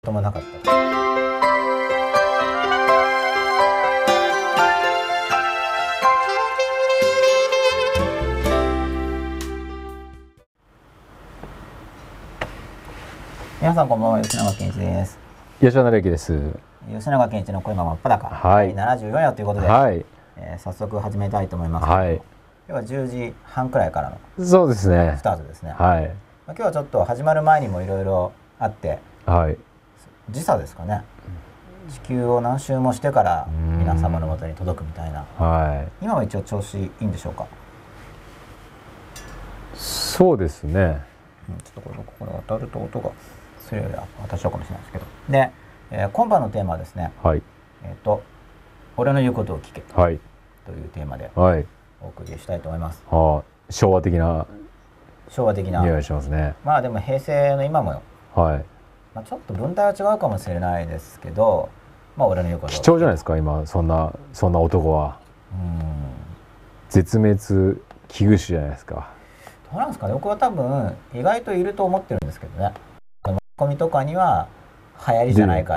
ともなかった。皆さんこんばんは、吉永健一です。 吉永之です。 吉永健一の声が真っ裸、 はい、 74夜ということで、 はい、 早速始めたいと思います。 はい、 今日は10時半くらいからのそうですね。 スタートですね。 はい。 今日はちょっと始まる前にもいろいろあって、 はい。 時差ですかね。地球を何周もしてから皆様の元に届くみたいな。 はい。 今は一応調子いいんでしょうか。 そうですね。 ちょっとこれ当たると音がするよりは当たっちゃうかもしれないですけど。で、今晩のテーマはですね。 はい。 俺の言うことを聞け。 はい。 というテーマでお送りしたいと思います。 はい。昭和的な。匂いしますね。 まあでも平成の今も。 はい。 まあちょっと文体は違うかもしれないですけど、まあ俺の言うことを。 貴重じゃないですか今そんな男は。絶滅危惧種じゃないですか。 どうなんですかね。僕は多分意外といると思ってるんですけどね。マスコミとかには流行りじゃないから、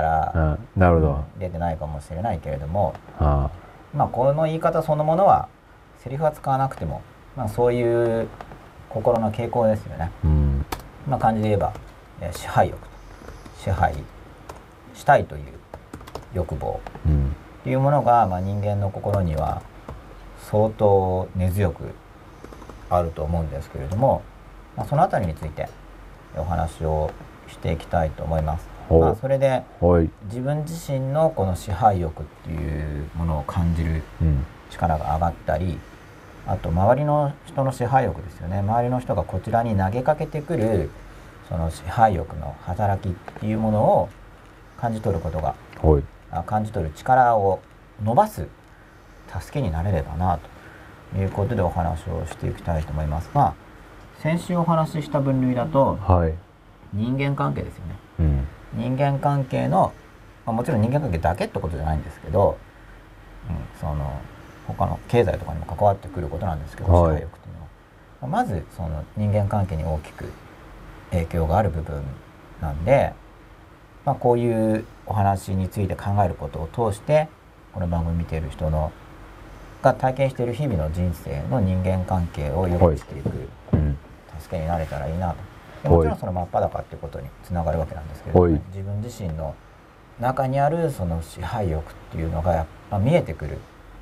なるほど、 出てないかもしれないけれども、まあこの言い方そのものはセリフは使わなくても、まあそういう心の傾向ですよね。まあ漢字で言えば支配欲と、支配したいという欲望っていうものが、まあ人間の心には相当根強くあると思うんですけれども、まあ、そのあたりについてお話をしていきたいと思います。まあそれで自分自身のこの支配欲っていうものを感じる力が上がったり、あと周りの人の支配欲ですよね。周りの人がこちらに投げかけてくるその支配欲の働きっていうものを感じ取ることが、感じ取る力を伸ばす助けになれればなということでお話をしていきたいと思います。まあ先週お話しした分類だと、人間関係ですよね。人間関係の、まあ、もちろん人間関係だけってことじゃないんですけど、その他の経済とかにも関わってくることなんですけど、支配欲というのは、まずその人間関係に大きく影響がある部分なんで、まあ、こういうお話について考えることを通してこの番組見ている人のが体験している日々の人生の人間関係を良くしていく助けになれたらいいなと。もちろんその真っ裸っていうことにつながるわけなんですけれども、自分自身の中にあるその支配欲っていうのがやっぱ見えてくる。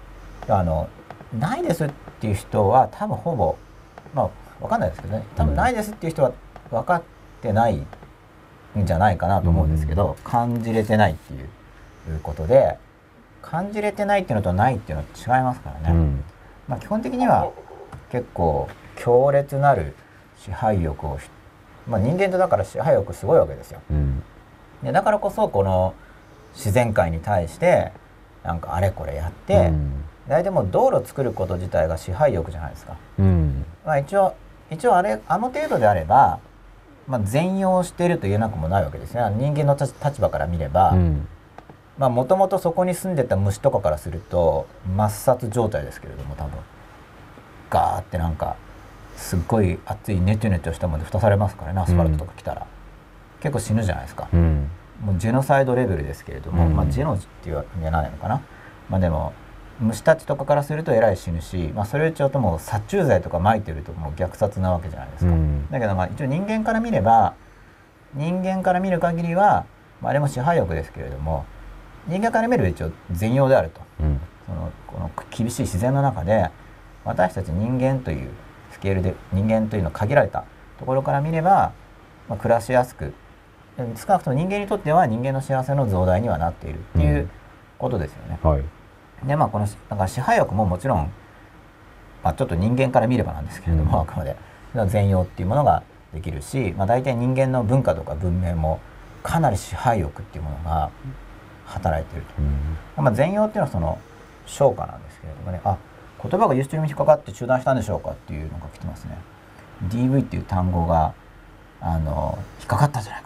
ないですっていう人は多分ほぼ、まあ分かんないですけどね、多分ないですっていう人は分かってないんじゃないかなと思うんですけど、感じれてないっていうことで、感じれてないっていうのとないっていうのは違いますからね。まあ基本的には結構強烈なる支配欲をまあ人間ってだから支配欲すごいわけですよ。でだからこそこの自然界に対してなんかあれこれやって、大体もう道路作ること自体が支配欲じゃないですか。まあ一応あの程度であれば、まあ、善用していると言えなくもないわけですね。人間の立場から見れば、まあもともとそこに住んでた虫とかからすると抹殺状態ですけれども、多分ガーってなんかすっごい熱いネチョネチョしたもので蓋されますからね。アスファルトとか来たら、結構死ぬじゃないですか。もうジェノサイドレベルですけれども、まあジェノジっていう言えないのかな。まあでも虫たちとかからするとえらい死ぬし、まあそれ言っちゃうともう殺虫剤とか撒いてるともう虐殺なわけじゃないですか。だけどまあ一応人間から見れば、人間から見る限りは、まあ、あれも支配欲ですけれども、人間から見る一応善用であると。この厳しい自然の中で私たち人間というスケールで、人間というのを限られたところから見れば、まあ、暮らしやすく、少なくとも人間にとっては人間の幸せの増大にはなっているっていうことですよね。でまあこのだから支配欲ももちろん、まあ、ちょっと人間から見ればなんですけれども、あくまで善用っていうものができるし、まあ、大体人間の文化とか文明もかなり支配欲っていうものが働いていると。まあ、善用っていうのはその昇華なんですけれどもね。言葉がユーストリームに引っかかって中断したんでしょうかっていうのが来てますね。DV っていう単語が引っかかったんじゃないか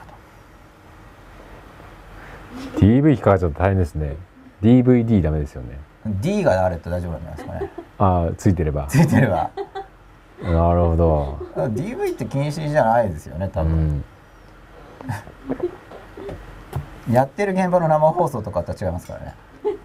と。 DV 引っかかっちゃうと大変ですね。 DVD ダメですよね。 D があれって大丈夫なんじゃないですかね。 ついてればなるほど。 DV って禁止じゃないですよね多分。 やってる現場の生放送とかとは違いますからね。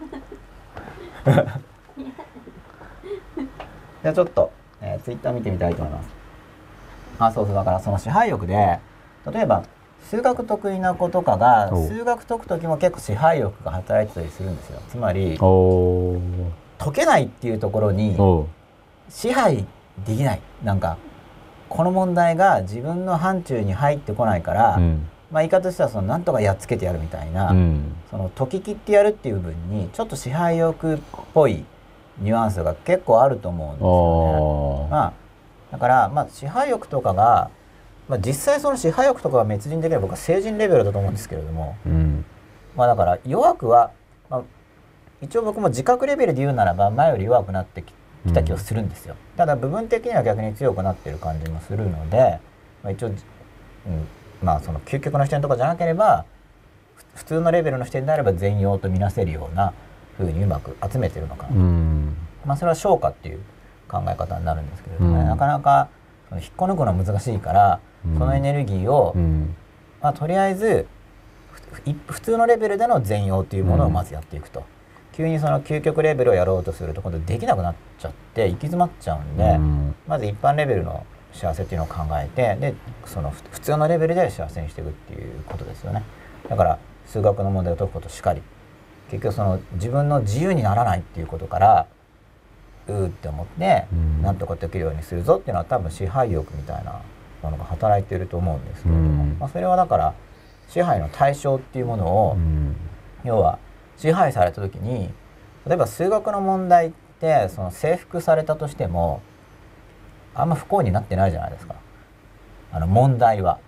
じゃあちょっと、ツイッター見てみたいと思います。そうそう、だからその支配欲で、例えば数学得意な子とかが数学解く時も結構支配欲が働いてたりするんですよ。つまり解けないっていうところに支配できない、なんかこの問題が自分の範疇に入ってこないから、まあ言い方としてはそのなんとかやっつけてやるみたいな、その解き切ってやるっていう部分にちょっと支配欲っぽいニュアンスが結構あると思うんですよね。まあだからまあ支配欲とかが、まあ、実際その支配欲とかが滅人できれば僕は成人レベルだと思うんですけれども、まあだから弱くは、まあ、一応僕も自覚レベルで言うならば前より弱くなってきた気がするんですよ。ただ部分的には逆に強くなってる感じもするので、まあ、一応、まあその究極の視点とかじゃなければ普通のレベルの視点であれば全容とみなせるような風にうまく集めてるのかなと、まあそれは昇華っていう考え方になるんですけれどもね、なかなかその引っこ抜くのは難しいから、そのエネルギーを、まあ、とりあえず普通のレベルでの全容というものをまずやっていくと、急にその究極レベルをやろうとすると今度できなくなっちゃって行き詰まっちゃうんで、まず一般レベルの幸せっていうのを考えて、でその普通のレベルで幸せにしていくっていうことですよね。だから数学の問題を解くことしかり、結局その自分の自由にならないっていうことからって思って、なんとかできるようにするぞっていうのは多分支配欲みたいなものが働いていると思うんですけれども、まあ、それはだから支配の対象っていうものを、要は支配された時に、例えば数学の問題ってその征服されたとしてもあんま不幸になってないじゃないですか、問題は。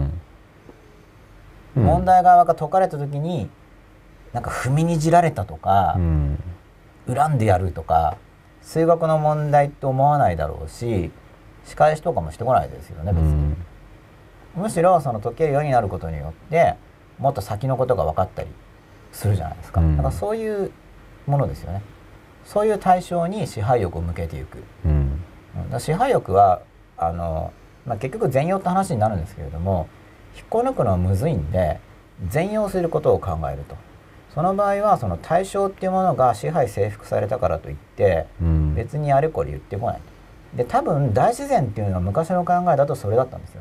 問題側が解かれた時になんか踏みにじられたとか、恨んでやるとか数学の問題って思わないだろうし、仕返しとかもしてこないですよね別に。むしろその解けるようになることによってもっと先のことが分かったりするじゃないですか。だからそういうものですよね。そういう対象に支配欲を向けていく。だから支配欲はまあ、結局全容って話になるんですけれども、引っこ抜くのはむずいんで全容することを考えると。その場合はその対象っていうものが支配征服されたからといって別にあれこれ言ってこない。で多分大自然っていうのは昔の考えだとそれだったんですよ。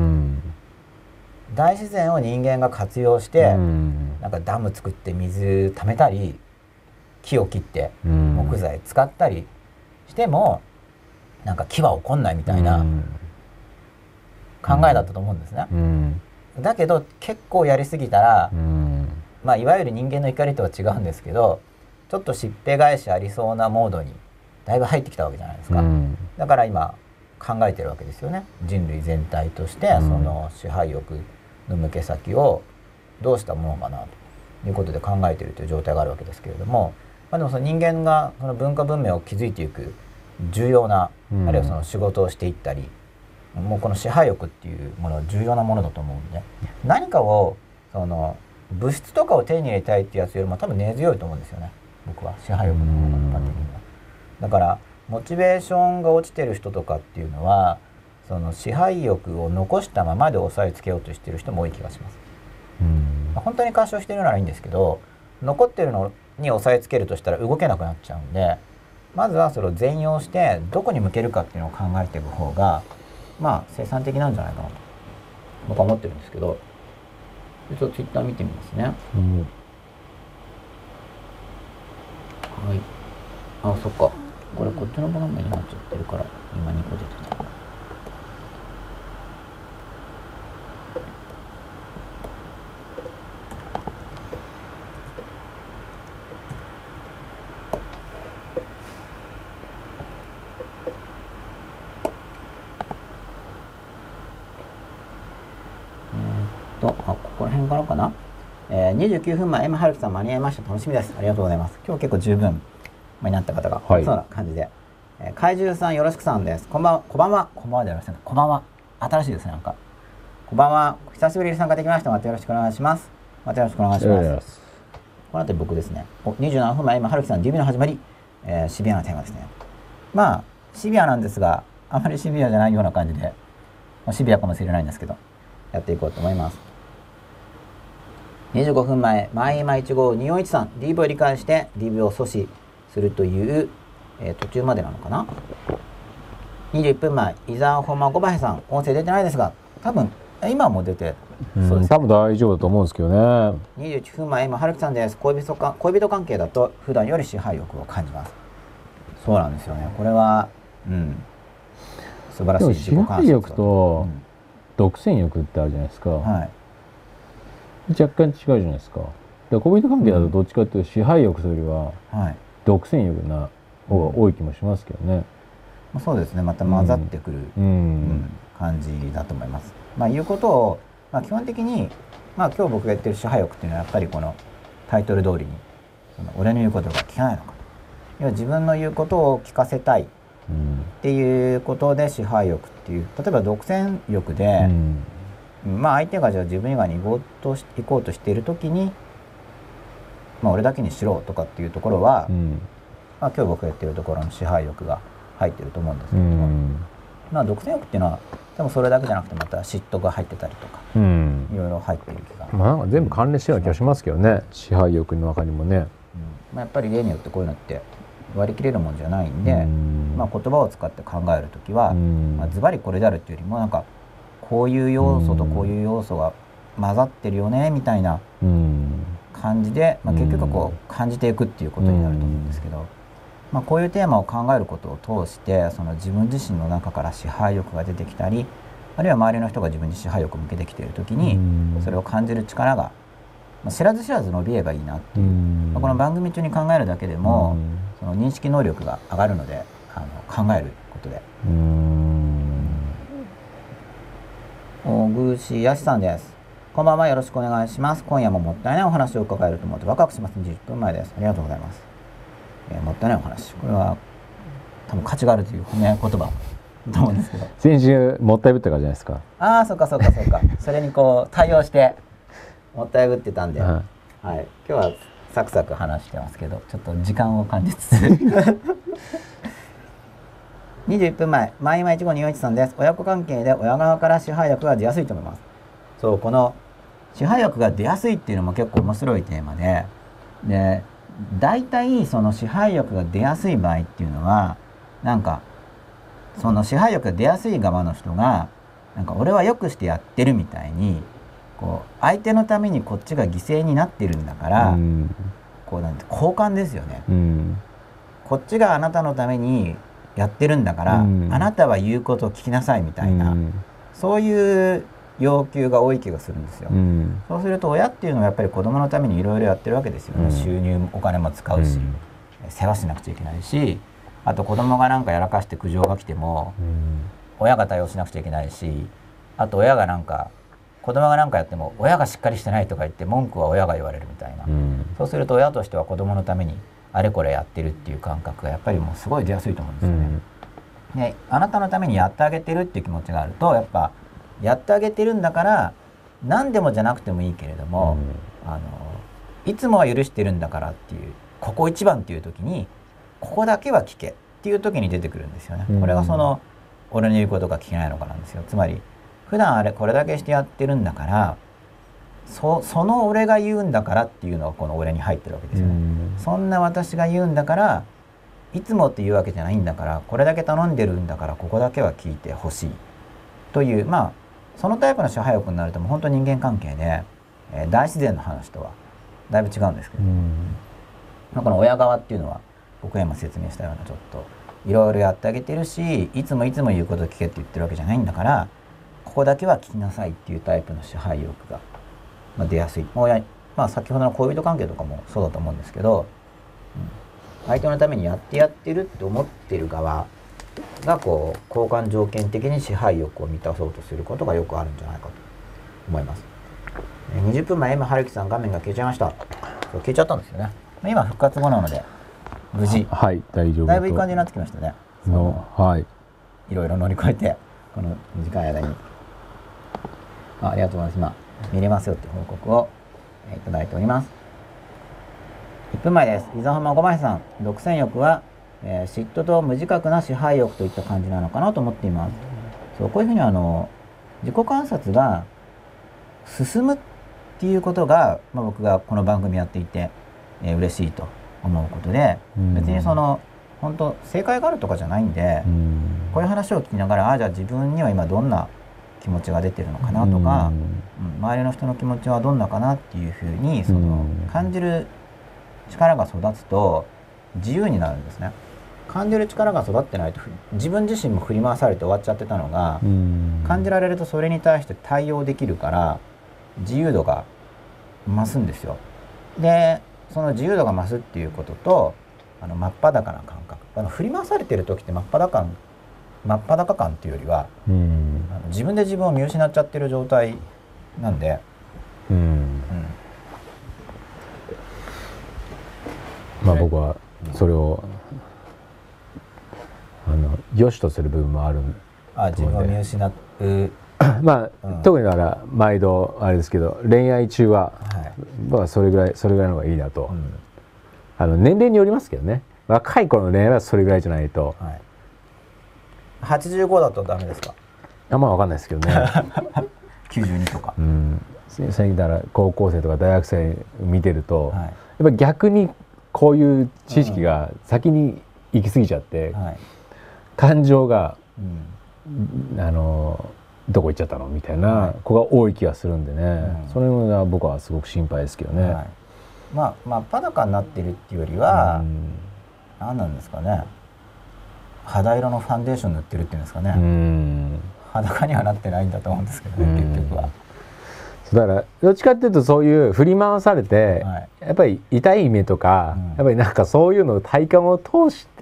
大自然を人間が活用して、なんかダム作って水溜めたり木を切って木材使ったりしてもなんか木は起こんないみたいな考えだったと思うんですね。だけど結構やりすぎたら、まあいわゆる人間の怒りとは違うんですけど、ちょっとしっぺ返しありそうなモードにだいぶ入ってきたわけじゃないですか。だから今考えてるわけですよね。人類全体としてその支配欲の向け先をどうしたものかなということで考えているという状態があるわけですけれども、まあ、でもその人間がその文化文明を築いていく重要な、あるいはその仕事をしていったり、もうこの支配欲っていうものは重要なものだと思うんで、何かをその物質とかを手に入れたいっていうやつよりも多分根強いと思うんですよね、僕は。支配欲の方が一般的には。だからモチベーションが落ちてる人とかっていうのはその支配欲を残したままで押さえつけようとしてる人も多い気がします。本当に干渉してるならいいんですけど、残ってるのに押さえつけるとしたら動けなくなっちゃうんで、まずはそれを全容してどこに向けるかっていうのを考えていく方がまあ生産的なんじゃないかなと僕は思ってるんですけど、ちょっとツイッター見てみますね。はい。あ、そっか。これこっちの画面になっちゃってるから今2個出てた。ここら辺からかな。29分前、春樹さん間に合いました。楽しみです。ありがとうございます。今日結構十分になった方が、そうな感じで。怪獣さんよろしくさんです。こんばんは。こんばんは。こんばんはでよろしく。こんばんは。新しいですね、なんか。こんばんは。久しぶりに参加できました。またよろしくお願いします。またよろしくお願いします。この後僕ですね。27分前、春樹さん、準備の始まり。シビアなテーマですね。まあ、シビアなんですが、あまりシビアじゃないような感じで、シビアかもしれないんですけど、やっていこうと思います。 25分前、マイマ1号2413、DV を理解して DV を阻止するという、途中までなのかな。21分前、伊沢本間小林さん、音声出てないですが、多分今はもう出てそうです、ね、 多分大丈夫だと思うんですけどね。 21分前、今春樹さんです。恋人関係だと普段より支配欲を感じます。そうなんですよね。これは、素晴らしい自己観察。 支配欲と独占欲ってあるじゃないですか。 はい、 若干違うじゃないですか。恋人関係だとどっちかというと支配欲というよりは独占欲な方が多い気もしますけどね。 そうですね。また混ざってくる、感じだと思います。いうことを、基本的に、今日僕が言ってる支配欲っていうのはやっぱりこのタイトル通りに俺の言うことが聞かないのか、要は自分の言うことを聞かせたいっていうことで支配欲っていう、例えば独占欲で、相手がじゃあ自分以外に行こうとしている時に、俺だけにしろとかっていうところは、今日僕が言ってるところの支配欲が入ってると思うんですけども、独占欲っていうのはでもそれだけじゃなくてまた嫉妬が入ってたりとか、いろいろ入っている気が、 なんか全部関連してるような気がしますけどね、支配欲の中にもね。 やっぱり例によってこういうのって割り切れるもんじゃないんで、言葉を使って考えるときは、ズバリこれであるっていうよりも、なんかこういう要素とこういう要素が混ざってるよねみたいな感じで、結局こう感じていくっていうことになると思うんですけど、こういうテーマを考えることを通して、その自分自身の中から支配欲が出てきたり、あるいは周りの人が自分に支配欲を向けてきている時に、それを感じる力が、知らず知らず伸びればいいなっていう、この番組中に考えるだけでも、その認識能力が上がるので、考えることで。大串康さんです。こんばんは、よろしくお願いします。今夜ももったいないお話を伺えると思ってワクワクします。20分前です。ありがとうございます。もったいないお話、これは多分価値があるという言葉だと思うんですけど、 先週もったいぶったからじゃないですか。 ああ、そうかそれにこう対応してもったいぶってたんで、今日はサクサク話してますけど、ちょっと時間を感じつつ21分前、マイマ1号241さんです。親子関係で親側から支配欲が出やすいと思います。そう、この支配欲が出やすいっていうのも結構面白いテーマで、大体その支配欲が出やすい場合っていうのは、なんかその支配欲が出やすい側の人が、なんか俺はよくしてやってるみたいに、こう相手のためにこっちが犠牲になってるんだから、こうなんて交換ですよね、こっちがあなたのためにやってるんだから、あなたは言うことを聞きなさいみたいな、そういう要求が多い気がするんですよ。そうすると親っていうのはやっぱり子供のためにいろいろやってるわけですよね。収入お金も使うし、世話しなくちゃいけないし、あと子供がなんかやらかして苦情が来ても、親が対応しなくちゃいけないし、あと親がなんか子供がなんかやっても親がしっかりしてないとか言って文句は親が言われるみたいな、そうすると親としては子供のためにあれこれやってるっていう感覚がやっぱりもうすごい出やすいと思うんですよね。で、あなたのためにやってあげてるっていう気持ちがあると、やっぱやってあげてるんだから何でもじゃなくてもいいけれども、いつもは許してるんだからっていう、ここ一番っていう時にここだけは聞けっていう時に出てくるんですよね。これがその俺の言うことが聞けないのかなんですよ。つまり普段これだけしてやってるんだから、その俺が言うんだからっていうのがこの俺に入ってるわけですよね。そんな私が言うんだから、いつもっていうわけじゃないんだから、これだけ頼んでるんだからここだけは聞いてほしいという、そのタイプの支配欲になるともう本当に人間関係で、大自然の話とはだいぶ違うんですけど、この親側っていうのは僕が今説明したような、ちょっといろいろやってあげてるし、いつも言うことを聞けって言ってるわけじゃないんだから、ここだけは聞きなさいっていうタイプの支配欲が、出やすい。先ほどの恋人関係とかもそうだと思うんですけど、相手のためにやってるって思ってる側がこう交換条件的に支配欲を満たそうとすることがよくあるんじゃないかと思います。20分前、今春樹さん画面が消えちゃいました。消えちゃったんですよね。今復活後なので無事、 大丈夫。 だいぶいい感じになってきましたね。いろいろ乗り越えて、この短い間にありがとうございます。今見れますよっていう報告をいただいております。1分前です。伊沢浜小林さん、独占欲は、嫉妬と無自覚な支配欲といった感じなのかなと思っています。そう、こういうふうに自己観察が進むっっていうことが、僕がこの番組やっていて、嬉しいと思うことで、別にその本当正解があるとかじゃないんで、こういう話を聞きながらじゃあ自分には今どんな気持ちが出てるのかなとか、周りの人の気持ちはどんなかなっていうふうにその感じる力が育つと自由になるんですね。感じる力が育ってないと自分自身も振り回されて終わっちゃってたのが、感じられるとそれに対して対応できるから自由度が増すんですよ。でその自由度が増すっていうことと真っ裸な感覚、振り回されてる時って真っ裸感っていうよりは、自分で自分を見失っちゃってる状態なんで、 僕はそれを良しとする部分もあるので、 自分を見失う特にだから毎度あれですけど、恋愛中は、それぐらいの方がいいなと、年齢によりますけどね。若い頃の恋愛はそれぐらいじゃないと、 85だとダメですか？ 分かんないですけどね 92とか、 最近だから高校生とか大学生見てると、やっぱり逆にこういう知識が先に行き過ぎちゃって、感情が、どこ行っちゃったのみたいな子が多い気がするんでね、それが僕はすごく心配ですけどね。 真っ裸になってるっていうよりは、何なんですかね、肌色のファンデーション塗ってるっていうんですかね。裸にはなってないんだと思うんですけどね、結局は。 だからどっちかっていうとそういう振り回されて、やっぱり痛い目とか、やっぱりなんかそういうのを体感を通して、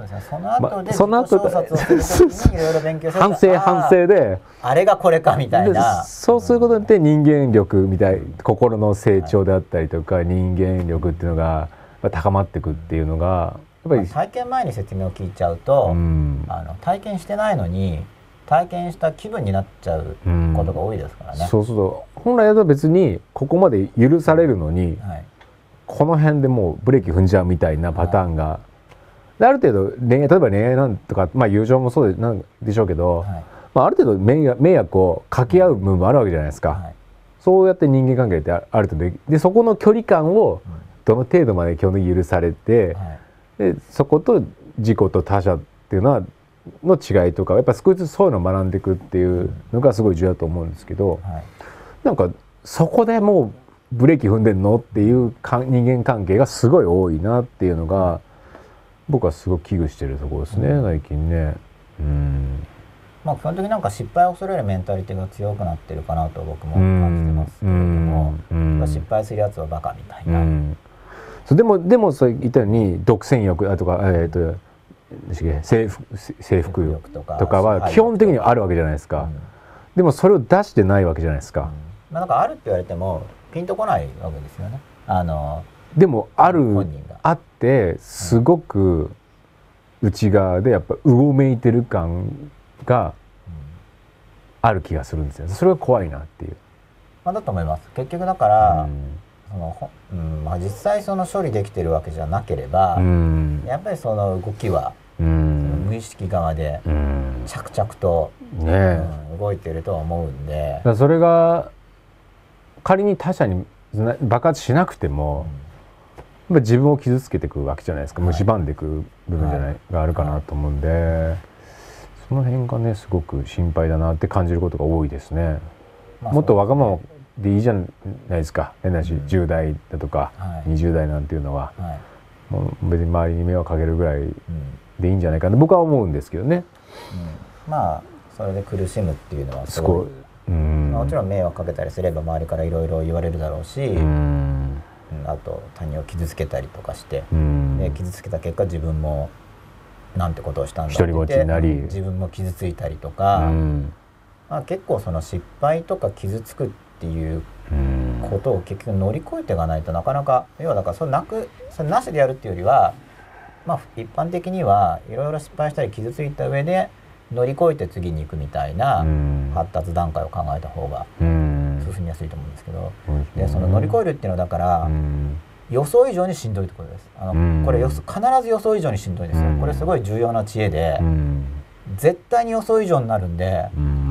その後で自己小説をする時にいろいろ勉強する反省であれがこれかみたいな、 そうすることによって人間力みたい、心の成長であったりとか、人間力っていうのが高まっていくっていうのがやっぱり、 体験前に説明を聞いちゃうと、体験してないのに体験した気分になっちゃうことが多いですからね。 そうすると本来だと別にここまで許されるのに、この辺でもうブレーキ踏んじゃうみたいなパターンが、ある程度例えば恋愛なんとか、友情もそうなんでしょうけど、ある程度迷惑を掛け合う部分もあるわけじゃないですか。そうやって人間関係ってある程度で、そこの距離感をどの程度まで基本的に許されて、でそこと自己と他者っていうのはの違いとか、やっぱ少しずつそういうのを学んでいくっていうのがすごい重要だと思うんですけど、なんかそこでもうブレーキ踏んでんのっていう人間関係がすごい多いなっていうのが僕はすごく危惧してるところですね、最近ね。 基本的になんか失敗を恐れるメンタリティが強くなってるかなと僕も感じてますけれども、失敗するやつはバカみたいな。 でもそう言ったように独占欲とか、征服欲とかは基本的にはあるわけじゃないですか。でもそれを出してないわけじゃないですか。 なんかあるって言われてもピンとこないわけですよね。 でもあってすごく内側でやっぱうごめいてる感がある気がするんですよ。それが怖いなっていう。 だと思います。結局だから、実際その処理できてるわけじゃなければ、やっぱりその動きは、無意識側で着々と、動いてるとは思うんで、 それが仮に他者に爆発しなくても、やっぱ自分を傷つけていくわけじゃないですか。蝕んでいく部分じゃないがあるかなと思うんで、その辺がねすごく心配だなって感じることが多いですね。もっとわがままでいいじゃないですか。変なし10代だとか20代なんていうのは、もう別に周りに迷惑かけるぐらいでいいんじゃないかな僕は思うんですけどね。 それで苦しむっていうのはすごい、もちろん迷惑かけたりすれば周りからいろいろ言われるだろうし、あと他人を傷つけたりとかして、傷つけた結果自分もなんてことをしたんだって言って自分も傷ついたりとか、結構その失敗とか傷つくっていうことを結局乗り越えていかないとなかなか、要はだからそれなしでやるっていうよりは、一般的にはいろいろ失敗したり傷ついた上で乗り越えて次に行くみたいな発達段階を考えた方が進みやすいと思うんですけど、でその乗り越えるっていうのはだから予想以上にしんどいってことです。これ必ず予想以上にしんどいんですよ。これすごい重要な知恵で、絶対に予想以上になるんで、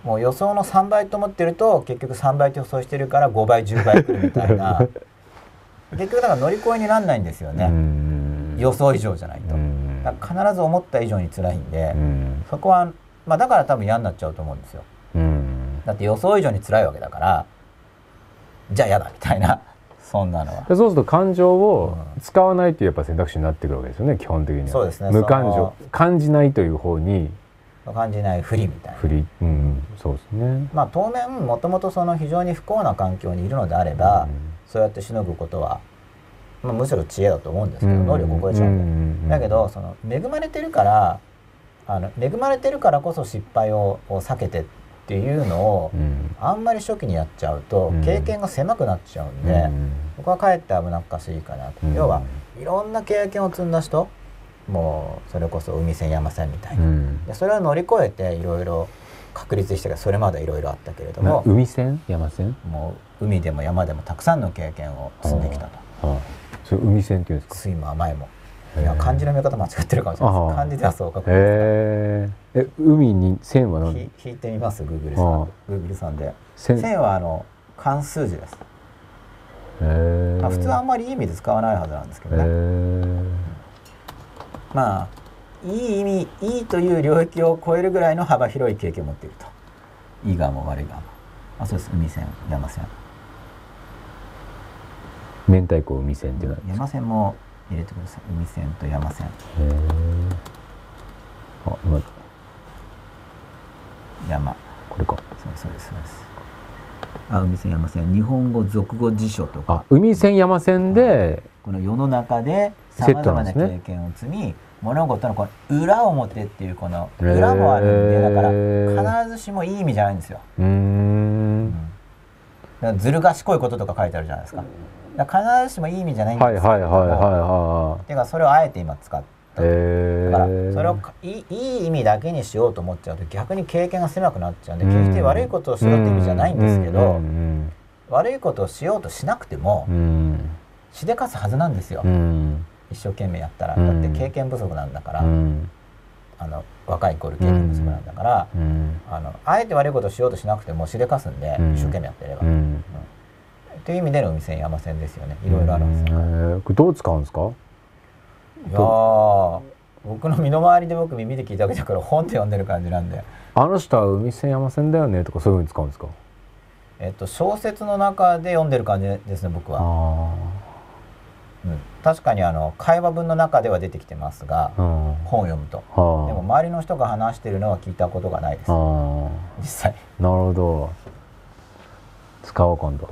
もう予想の3倍と思ってると結局3倍と予想してるから5倍10倍くるみたいな結局だから乗り越えになんないんですよね、予想以上じゃないと。だから必ず思った以上に辛いんで、そこは、まあ、だから多分嫌になっちゃうと思うんですよ。だって予想以上に辛いわけだからじゃあ嫌だみたいなそんなのは。 そうすると感情を使わないというやっぱ選択肢になってくるわけですよね、基本的には。 そうですね。 無感情、感じないという方に。 感じないふりみたいな。 ふり、そうですね。 まあ当面もともとその非常に不幸な環境にいるのであれば、そうやってしのぐことは、まあ、むしろ知恵だと思うんですけど、能力を超えちゃうんで。だけどその恵まれてるから恵まれてるからこそ失敗を避けてっていうのを、あんまり初期にやっちゃうと経験が狭くなっちゃうんで、僕はかえって危なっかしいかなと。要はいろんな経験を積んだ人、もうそれこそ海線山線みたいな、でそれを乗り越えていろいろ確立してから、それまでいろいろあったけれども、 海線山線、 もう海でも山でもたくさんの経験を積んできたと。 それ海線っていうんですか。 水も甘いも。いや漢字の見方間違ってるかもしれないです。漢字ではそう書くんですか。海に線は何？ 引いてみます。Google さんで。線は漢数字です。まあ普通はあんまりいい意味で使わないはずなんですけどね。まあいい意味、いいという領域を超えるぐらいの幅広い経験を持っていると。いい側も悪い側も。そうです。海線、山線。 明太子海線っていうのは山線も入れてください。海線と山線。山。 これか。 そうです。海線山線、日本語俗語辞書とか。 海線山線でこの世の中でさまざまな経験を積み、物事のこの裏表っていうこの裏もあるんで、だから必ずしもいい意味じゃないんですよ。だからずる賢いこととか書いてあるじゃないですか。だから必ずしもいい意味じゃないんですけども、てかそれをあえて今使った。だからそれをいい意味だけにしようと思っちゃうと逆に経験が狭くなっちゃうんで、決して悪いことをしろって意味じゃないんですけど、悪いことをしようとしなくてもしでかすはずなんですよ。一生懸命やったら。だって経験不足なんだから、若い頃経験不足なんだから、あえて悪いことをしようとしなくてもしでかすんで、一生懸命やってれば。という意味での海線山線ですよね。いろいろあるんですよ。 これどう使うんですか？ いや僕の身の回りで僕耳で聞いたわけだから本で読んでる感じなんで。 あの人は海線山線だよねとかそういうふうに使うんですか？ 小説の中で読んでる感じですね、僕は。確かに会話文の中では出てきてますが、本を読むと。でも周りの人が話してるのは聞いたことがないです、実際。 なるほど。使おう今度。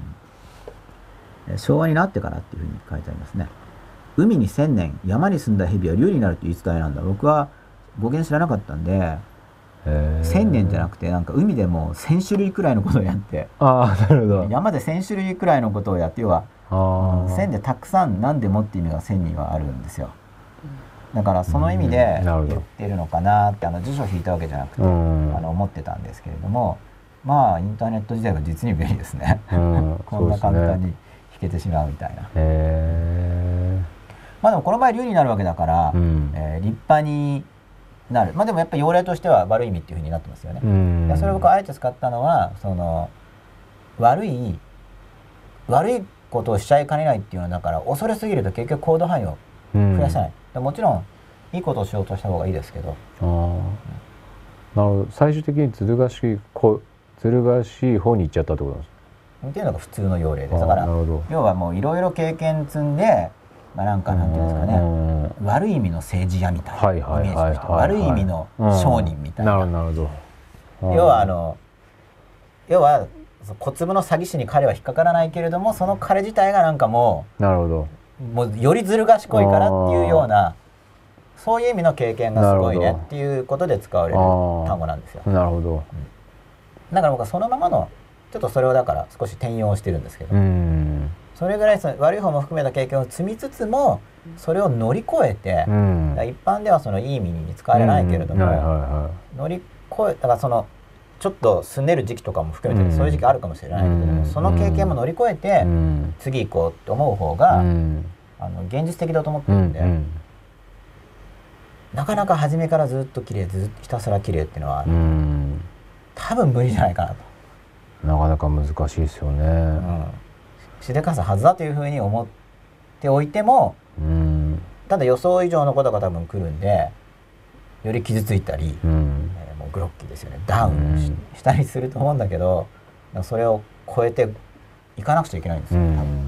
昭和になってからっていうふうに書いてありますね。海に1000年、山に住んだ蛇は竜になるという言い伝えなんだ。僕は語源知らなかったんで、1000年じゃなくてなんか海でも1000種類くらいのことをやって、 なるほど。 山で1000種類くらいのことをやって、要は1000でたくさん何でもって意味が1000にはあるんですよ。だからその意味で言ってるのかなって辞書を引いたわけじゃなくて思ってたんですけれども、まあインターネット時代が実に便利ですね。こんな簡単に引けてしまうみたいな。まあでもこの場合竜になるわけだから、立派になる。まあでもやっぱり用例としては悪い意味っていうふうになってますよね。それを僕はあえて使ったのは悪いことをしちゃいかねないっていうのは、だから恐れすぎると結局行動範囲を増やせない。もちろんいいことをしようとした方がいいですけど。 なるほど。最終的にずる賢い方に行っちゃったってことなんですか？ っていうのが普通の要領です。だから要はもういろいろ経験積んで、なんていうんですかね、悪い意味の政治家みたいなイメージとして、悪い意味の商人みたいな。要は小粒の詐欺師に彼は引っかからないけれども、その彼自体がなんかもうよりずる賢いからっていうような、そういう意味の経験がすごいねっていうことで使われる単語なんですよ。 なるほど。 だから僕はそのままのちょっとそれをだから少し転用してるんですけど、それぐらい悪い方も含めた経験を積みつつも、それを乗り越えて、一般ではそのいい意味に使われないけれども、乗り越えだからちょっと住んでる時期とかも含めてそういう時期あるかもしれないけれども、その経験も乗り越えて次行こうって思う方が現実的だと思ってるんで、なかなか初めからずっと綺麗、ひたすら綺麗っていうのは多分無理じゃないかなと。 なかなか難しいですよね。 しでかすはずだというふうに思っておいても、ただ予想以上のことが多分来るんで、より傷ついたり、もうグロッキーですよね、ダウンしたりすると思うんだけど、それを超えていかなくちゃいけないんですよ、多分。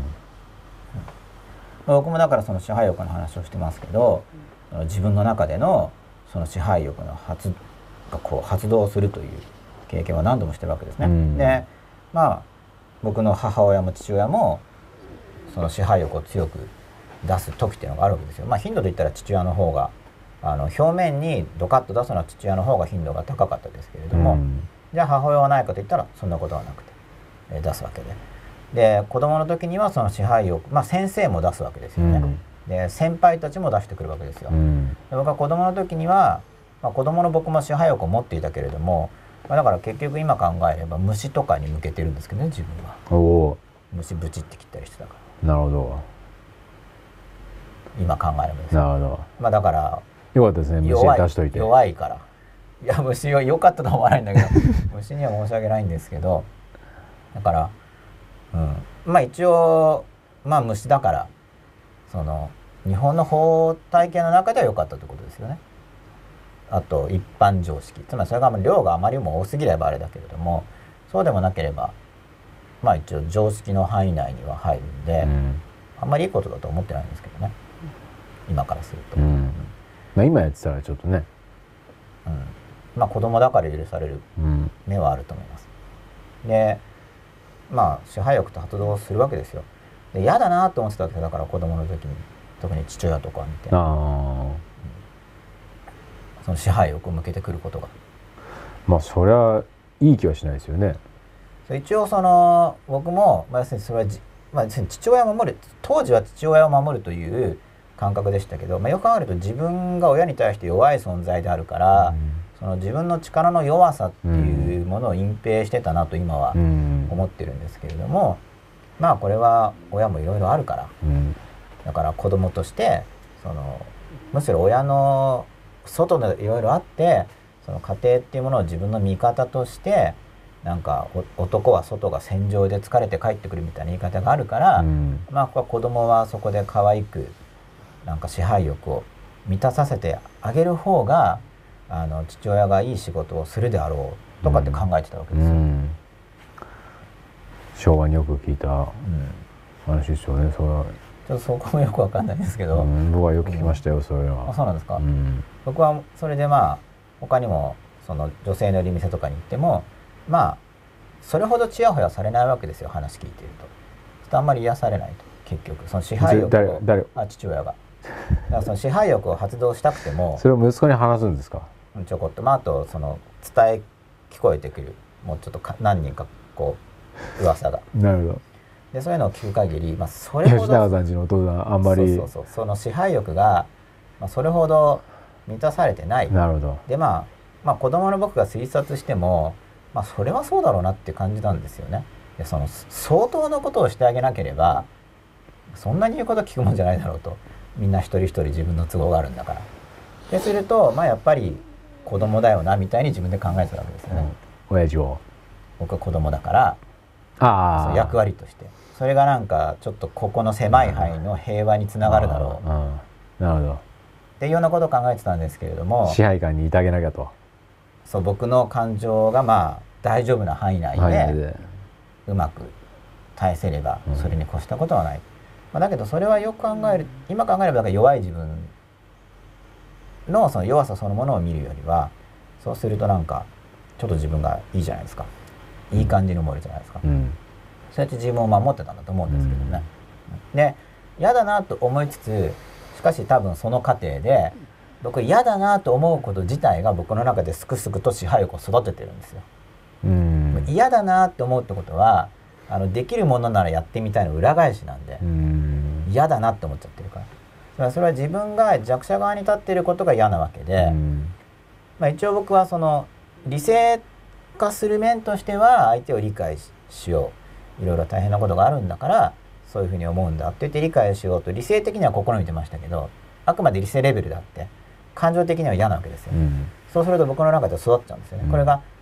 僕もだからその支配欲の話をしてますけど、自分の中でのその支配欲の発動するという経験は何度もしてるわけですね。で、僕の母親も父親もその支配欲を強く出す時っていうのがあるわけですよ。頻度で言ったら父親の方が表面にドカッと出すのは父親の方が頻度が高かったですけれども、じゃあ母親はないかといったらそんなことはなくて、出すわけで、子供の時にはその支配欲、先生も出すわけですよね。で、先輩たちも出してくるわけですよ。で、僕は子供の時には、子供の僕も支配欲を持っていたけれども、だから結局今考えれば虫とかに向けてるんですけどね、自分は。虫ブチって切ったりしてたから。 なるほど。 今考えればですね。 なるほど。 だからよかったですね、虫出しといて。 弱いから。いや、虫は良かったとは思わないんだけど虫には申し訳ないんですけど、だから一応虫だからその日本の法体系の中では良かったということですよね。あと一般常識、つまりそれが量があまりにも多すぎればあれだけれども、そうでもなければ一応常識の範囲内には入るんで、あんまりいいことだと思ってないんですけどね、今からすると。 今やってたらちょっとね、 子供だから許される目はあると思います。で、支配欲と発動するわけですよ。で、嫌だなと思ってたわけだから、子供の時に特に父親とか見て、その支配欲を向けてくることが、 そりゃいい気はしないですよね。 一応その僕も、要するにそれは要するに父親を守る、当時は父親を守るという感覚でしたけど、よく考えると自分が親に対して弱い存在であるから、その自分の力の弱さっていうものを隠蔽してたなと今は思ってるんですけれども、これは親もいろいろあるから、だから子供としてむしろ親の外でいろいろあって、その家庭っていうものを自分の味方として、なんか男は外が戦場で疲れて帰ってくるみたいな言い方があるから、ここは子供はそこで可愛くなんか支配欲を満たさせてあげる方が父親がいい仕事をするであろうとかって考えてたわけですよ。 昭和によく聞いた話ですよね。それはちょっとそこもよくわかんないんですけど、 僕はよく聞きましたよ、それは。 そうなんですか。僕はそれで他にもその女性の寄り店とかに行ってもそれほどチヤホヤされないわけですよ、話聞いていると。ちょっとあんまり癒されないと、結局その支配欲を父親がだからその支配欲を発動したくてもそれを息子に話すんですか？ ちょこっとあとその伝え聞こえてくる、もうちょっと何人か噂がなるほど。 でそういうのを聞く限り、それほど吉永さんちのお父さんあんまりその支配欲が、それほど満たされてない。 なるほど。 で子供の僕が推察してもそれはそうだろうなっていう感じなんですよね。でその相当のことをしてあげなければそんなに言うこと聞くもんじゃないだろうと。みんな一人一人自分の都合があるんだから。でするとやっぱり子供だよなみたいに自分で考えてたわけですよね。 親父を僕は子供だからその役割としてそれがなんかちょっとここの狭い範囲の平和につながるだろう。なるほど。 っていうようなことを考えてたんですけれども、 支配下にいてあげなきゃと。 そう、僕の感情が大丈夫な範囲内でうまく耐えせればそれに越したことはない。だけどそれはよく今考えればだから弱い自分のその弱さそのものを見るよりは、そうするとなんかちょっと自分がいいじゃないですか、いい感じに思えるじゃないですか、そうやって自分を守ってたんだと思うんですけどね、で嫌だなと思いつつ、しかし多分その過程で僕嫌だなと思うこと自体が僕の中ですくすくと支配力を育ててるんですよ。嫌だなって思うってことはできるものならやってみたいの裏返しなんで、嫌だなって思っちゃってるから、それは自分が弱者側に立っていることが嫌なわけで、一応僕はその理性化する面としては相手を理解しよう、いろいろ大変なことがあるんだからそういうふうに思うんだって言って理解しようと理性的には試みてましたけど、あくまで理性レベルであって感情的には嫌なわけですよ、そうすると僕の中で育っちゃうんですよね、これが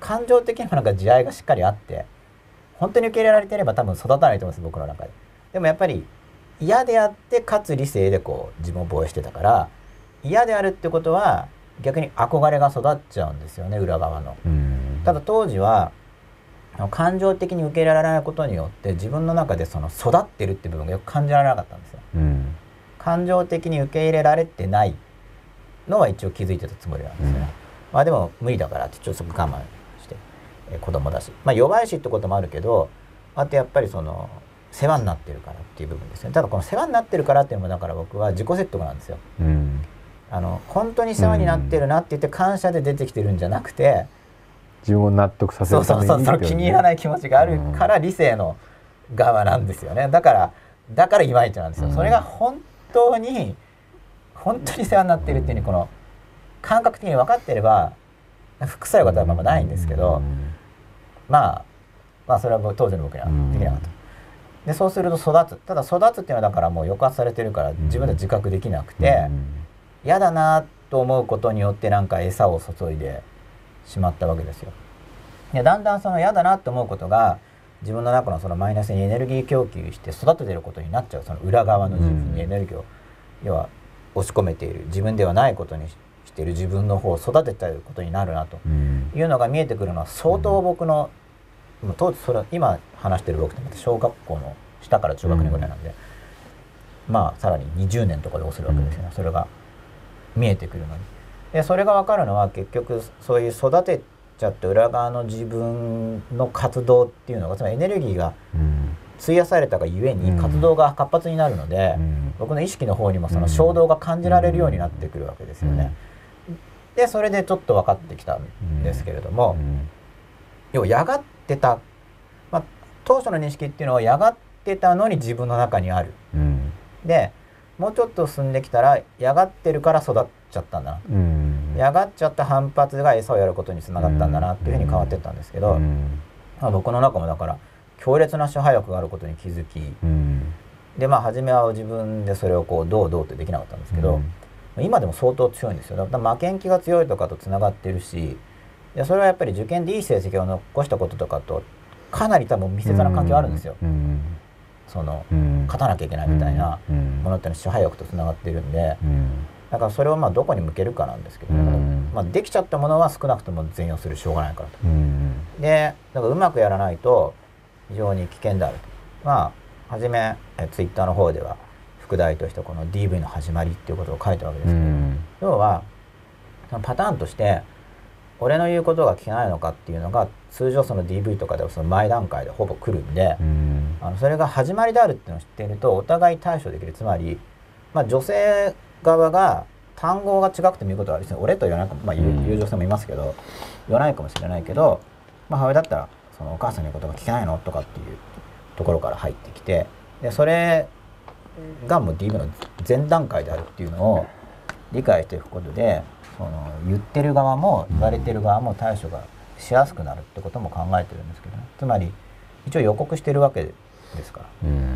感情的にもなんか地合いがしっかりあって本当に受け入れられていれば多分育たないと思うんです僕の中で。でもやっぱり嫌であってかつ理性でこう自分を防衛してたから嫌であるってことは逆に憧れが育っちゃうんですよね裏側の。ただ当時は感情的に受け入れられないことによって自分の中でその育ってるって部分がよく感じられなかったんですよ。感情的に受け入れられてないのは一応気づいてたつもりなんですよね。まあでも無理だからってちょっとそこ我慢して、子供だし、まあ弱いしってこともあるけど、あとやっぱりその世話になってるからっていう部分ですよね。ただこの世話になってるからっていうのもだから僕は自己説得なんですよ。本当に世話になってるなって言って感謝で出てきてるんじゃなくて、 自分を納得させるためにその気に入らない気持ちがあるから理性の側なんですよね。だからいまいちなんですよ。それが本当に世話になってるっていうふうにこの感覚的に分かってれば副作用が多分ないんですけど、まあそれは当時の僕にはできなかった。でそうすると育つ。ただ育つっていうのはだからもう抑圧されてるから自分で自覚できなくて、嫌だなと思うことによってなんか餌を注いでしまったわけですよ。でだんだんその嫌だなと思うことが自分の中のそのマイナスにエネルギー供給して育ててることになっちゃう。その裏側の自分にエネルギーを要は押し込めている自分ではないことにしている自分の方を育てていることになるなというのが見えてくるのは相当僕の当時それ今話してる僕って小学校の下から中学年ぐらいなんで、まあさらに20年とかで要するわけですよね。それが見えてくるのに。でそれが分かるのは結局そういう育てちゃって裏側の自分の活動っていうのがつまりエネルギーが費やされたがゆえに活動が活発になるので、僕の意識の方にもその衝動が感じられるようになってくるわけですよね。でそれでちょっと分かってきたんですけれども、要はやがってた、当初の認識っていうのはやがってたのに自分の中にある。でもうちょっと進んできたらやがってるから育っちゃったんだな、やがっちゃった反発が餌をやることにつながったんだなっていうふうに変わっていったんですけど、僕の中もだから強烈な支配欲があることに気づき、で初めは自分でそれをこうどうってできなかったんですけど、今でも相当強いんですよ。だから負けん気が強いとかとつながってるし、でそれはやっぱり受験でいい成績を残したこととかとかなり多分密接な関係はあるんですよ。その勝たなきゃいけないみたいなものってのは支配欲とつながっているんで、だからそれをどこに向けるかなんですけど、できちゃったものは少なくとも全容するしょうがないからと。でだからうまくやらないと非常に危険であると。初めツイッターの方では副題としてこの DV の始まりっていうことを書いたわけですけど、要はそのパターンとして俺の言うことが聞けないのかっていうのが通常その DV とかではその前段階でほぼ来るんで、それが始まりであるっていうのを知っているとお互い対処できる。つまり、女性側が単語が違くても言うことはあるし、俺と言わないかも、言う女性もいますけど言わないかもしれないけど、母親だったらそのお母さんの言うことが聞けないのとかっていうところから入ってきて、でそれがもう DV の前段階であるっていうのを理解していくことで、その言ってる側も言われてる側も対処がしやすくなるってことも考えてるんですけどね。つまり一応予告してるわけですから、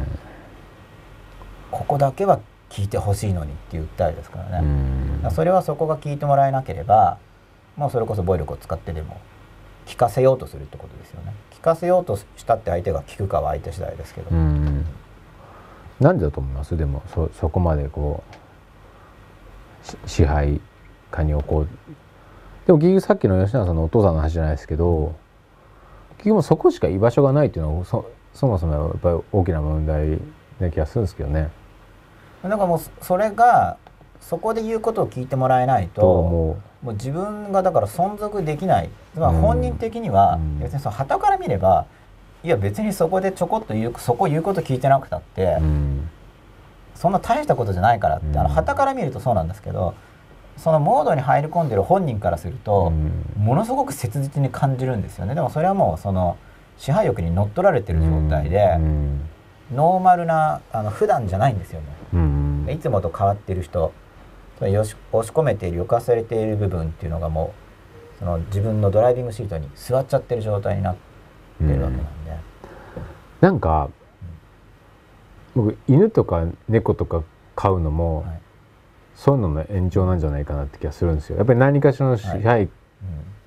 ここだけは聞いてほしいのにっていう訴えですからね。それはそこが聞いてもらえなければもうそれこそ暴力を使ってでも聞かせようとするってことですよね。聞かせようとしたって相手が聞くかは相手次第ですけど、 なんでだと思います？でもそこまでこう支配下に置こう。でも結局さっきの吉永さんのお父さんの話じゃないですけど、結局そこしか居場所がないっていうのはそもそもやっぱり大きな問題な気がするんですけどね。 なんかもうそれがそこで言うことを聞いてもらえないともう自分がだから存続できない。本人的には別に傍から見ればいや別にそこでちょこっとそこ言うこと聞いてなくたって、そんな大したことじゃないからって傍から見るとそうなんですけど、そのモードに入り込んでる本人からするとものすごく切実に感じるんですよね。でもそれはもうその支配欲に乗っ取られてる状態で、ノーマルな普段じゃないんですよね。いつもと変わってる人、押し込めている浮かされている部分っていうのがもうその自分のドライビングシートに座っちゃってる状態になってるわけなんで、 なんか僕犬とか猫とか飼うのも、そういうのの延長なんじゃないかなって気がするんですよ。やっぱり何かしらの支配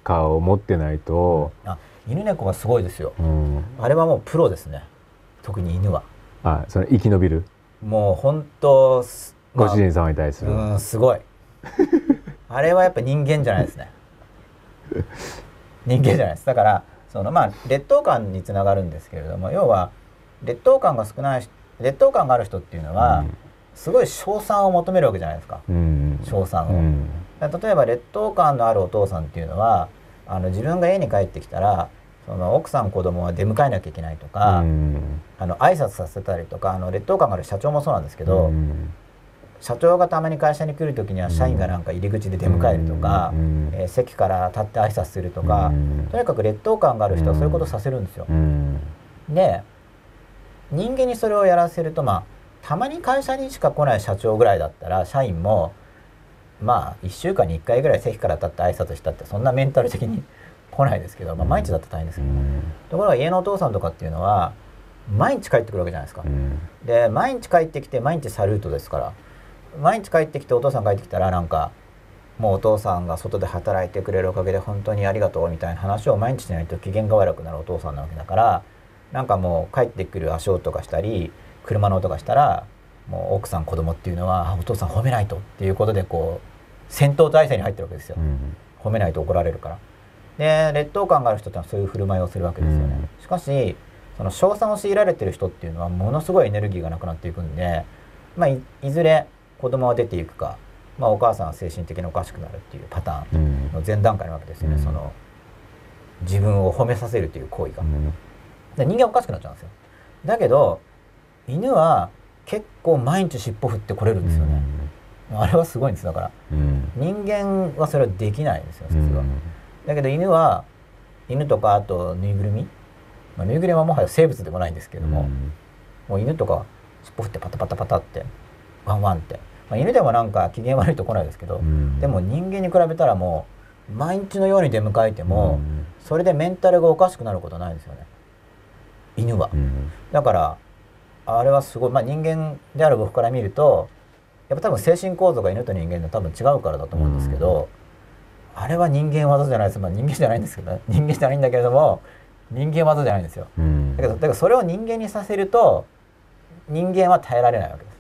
かを持ってないと、 犬猫がすごいですよ、 うん、 あれはもうプロですね、特に犬は。 その生き延びる、 もう本当、 ご主人様に対する、 すごいあれはやっぱ人間じゃないですね人間じゃないです。だからその劣等感につながるんですけれども、要は劣等感がある人っていうのは、すごい称賛を求めるわけじゃないですか、称賛を、例えば劣等感のあるお父さんっていうのは自分が家に帰ってきたらその奥さん子供は出迎えなきゃいけないとか、挨拶させたりとか、劣等感がある社長もそうなんですけど、社長がたまに会社に来る時には社員がなんか入り口で出迎えるとか、席から立って挨拶するとか、とにかく劣等感がある人はそういうことをさせるんですよ。で人間にそれをやらせると、たまに会社にしか来ない社長ぐらいだったら社員も1週間に1回ぐらい席から立って挨拶したってそんなメンタル的に来ないですけど、毎日だったら大変ですけど、ところが家のお父さんとかっていうのは毎日帰ってくるわけじゃないですか。で毎日帰ってきて毎日サルートですから、毎日帰ってきてお父さん帰ってきたらなんかもうお父さんが外で働いてくれるおかげで本当にありがとうみたいな話を毎日しないと機嫌が悪くなるお父さんなわけだから、なんかもう帰ってくる足音がしたり車の音がしたらもう奥さん子供っていうのはお父さん褒めないとっていうことでこう戦闘態勢に入ってるわけですよ、褒めないと怒られるから。で劣等感がある人ってのはそういう振る舞いをするわけですよね、しかしその称賛を強いられてる人っていうのはものすごいエネルギーがなくなっていくんで、いずれ子供は出ていくか、お母さんは精神的におかしくなるっていうパターンの前段階なわけですよね、その自分を褒めさせるという行為が、で人間はおかしくなっちゃうんですよ。だけど犬は結構毎日尻尾振ってこれるんですよね、あれはすごいんです。だから、人間はそれはできないんですよ普通は、だけど犬とかあとぬいぐるみ、ぬいぐるみはもはや生物でもないんですけれども、もう犬とか尻尾振ってパタパタパタってワンワンって、犬でもなんか機嫌悪いと来ないですけど、でも人間に比べたらもう毎日のように出迎えても、それでメンタルがおかしくなることはないんですよね犬は、だからあれはすごい、人間である僕から見るとやっぱ多分精神構造が犬と人間で多分違うからだと思うんですけど、あれは人間技じゃないです。人間じゃないんですけどね、人間じゃないんだけれども人間技じゃないんですよ、だけどそれを人間にさせると人間は耐えられないわけです、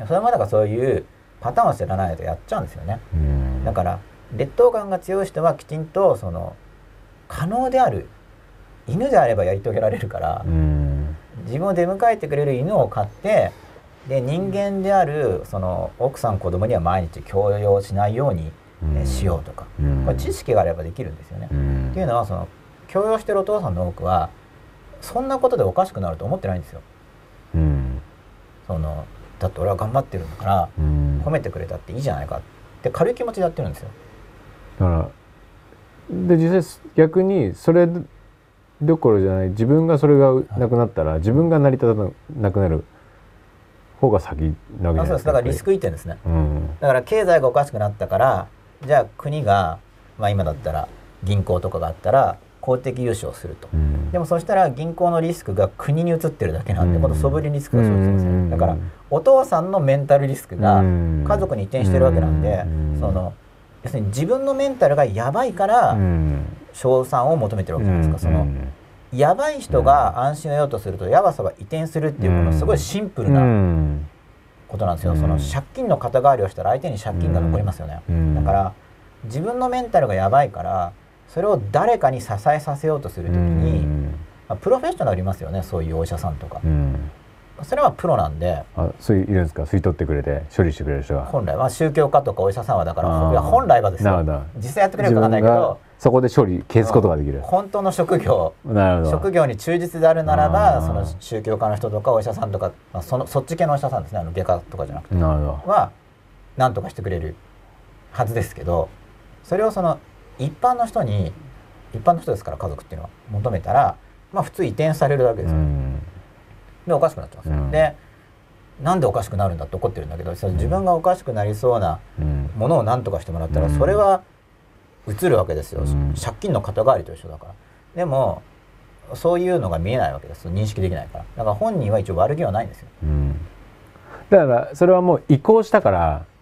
それもだからそういうパターンを知らないとやっちゃうんですよね、だから劣等感が強い人はきちんとその可能である犬であればやり遂げられるから、自分を出迎えてくれる犬を飼って、で人間であるその奥さん子供には毎日強要しないように、しようとか、これ知識があればできるんですよね、っていうのはその強要してるお父さんの多くはそんなことでおかしくなると思ってないんですよ、そのだって俺は頑張ってるんだから、褒めてくれたっていいじゃないかって軽い気持ちでやってるんですよ。 だからで実際逆にそれどころじゃない、自分がそれがなくなったら、自分が成り立たなくなる方が先なわけじゃないですか。そうです。だからリスク移転ですね、だから経済がおかしくなったから、じゃあ国が、今だったら銀行とかがあったら公的融資をすると、でもそしたら銀行のリスクが国に移ってるだけなんで、今度ソブリンリスクが生じてますね、だからお父さんのメンタルリスクが家族に移転してるわけなんで、その要するに自分のメンタルがやばいから称賛を求めてるわけじゃないですか、そのやばい人が安心を得ようとするとやばさは移転するっていうこのすごいシンプルなことなんですよ、その借金の肩代わりをしたら相手に借金が残りますよね、だから自分のメンタルがやばいからそれを誰かに支えさせようとするときに、プロフェッショナルいますよね、そういうお医者さんとか、それはプロなんで。 そういるんですか、吸い取ってくれて処理してくれる人が。 本来は宗教家とかお医者さんはだから、いや本来はですよ、実際やってくれるかわかんないけどそこで処理消すことができる、 本当の職業に忠実であるならば、その宗教家の人とかお医者さんとか、そっち系のお医者さんですね、外科とかじゃなくては何とかしてくれるはずですけど、それをその一般の人ですから家族っていうのは求めたら、普通移転されるわけですよ、でおかしくなっちゃうんですよ、でなんでおかしくなるんだって怒ってるんだけど、自分がおかしくなりそうなものを何とかしてもらったら、それは移るわけですよ、借金の肩代わりと一緒だから。でもそういうのが見えないわけです、認識できないから。だから本人は一応悪気はないんですよ、 だからそれはもう移行したから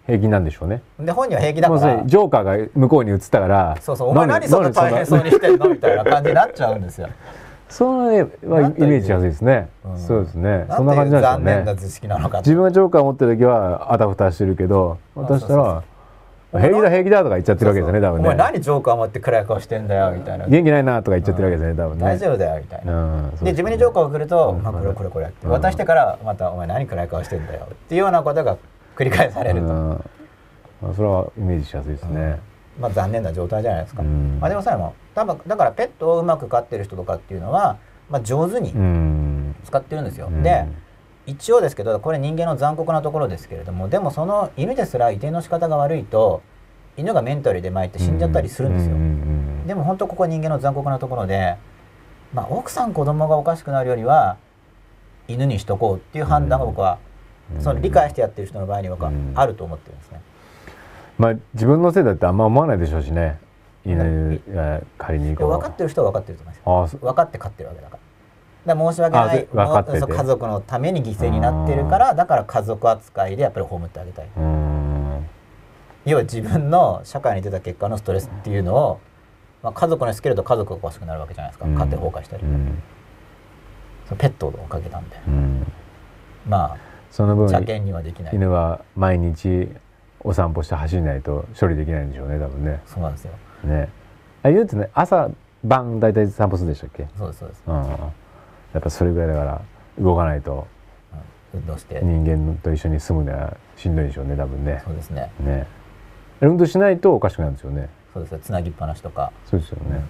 平気なんでしょうね。 で本人は平気だからジョーカーが向こうに移ったから、 そうそう、お前何そんな大変そうにしてんのみたいな感じになっちゃうんですよ。 そのね、まあ、イメージしやすいですね、そうですね、そんな感じなんでしょうね。 残念な図式なのか。 自分がジョーカーを持ってる時はあたふたしてるけど、渡したら平気だ平気だとか言っちゃってるわけですよね、多分ね。 お前何ジョーカー持って暗い顔してんだよみたいな、 元気ないなとか言っちゃってるわけですよね、多分ね。 大丈夫だよみたいな。で自分にジョーカーが来ると、まあこれやって渡してからまたお前何暗い顔してんだよっていうようなことが繰り返されると、 まあそれはイメージしやすいですね。 まあ残念な状態じゃないですか。まあでもそれも多分だからペットをうまく飼ってる人とかっていうのは、まあ、上手に使ってるんですよ。で一応ですけど、これ人間の残酷なところですけれども、でもその犬ですら遺伝の仕方が悪いと犬がメンタルで巻いて死んじゃったりするんですよ。でも本当ここ人間の残酷なところで、まあ、奥さん子供がおかしくなるよりは犬にしとこうっていう判断が僕はその理解してやってる人の場合に僕はあると思ってるんですね。 まあ自分のせいだってあんま思わないでしょうしね、犬が仮に分かってる人は分かってると思います。分かって飼ってるわけだから。申し訳ない家族のために犠牲になってるから、だから家族扱いでやっぱり葬ってあげたい。要は自分の社会に出た結果のストレスっていうのを、まあ、家族につけると家族がおかしくなるわけじゃないですか、家庭崩壊したり、そのペットをかけたんで、まあその分邪険にはできない。 犬は毎日お散歩して走らないと処理できないんでしょうね、多分ね。 そうなんですよね。犬ってね、朝晩だいたい散歩するでしたっけ。 そうですそうです。 やっぱそれぐらいだから動かないと、 運動して人間と一緒に住むのはしんどいでしょうね、多分ね。 そうですね。 運動しないとおかしくなるんですよね。 そうですよ、つなぎっぱなしとか。 そうですよね。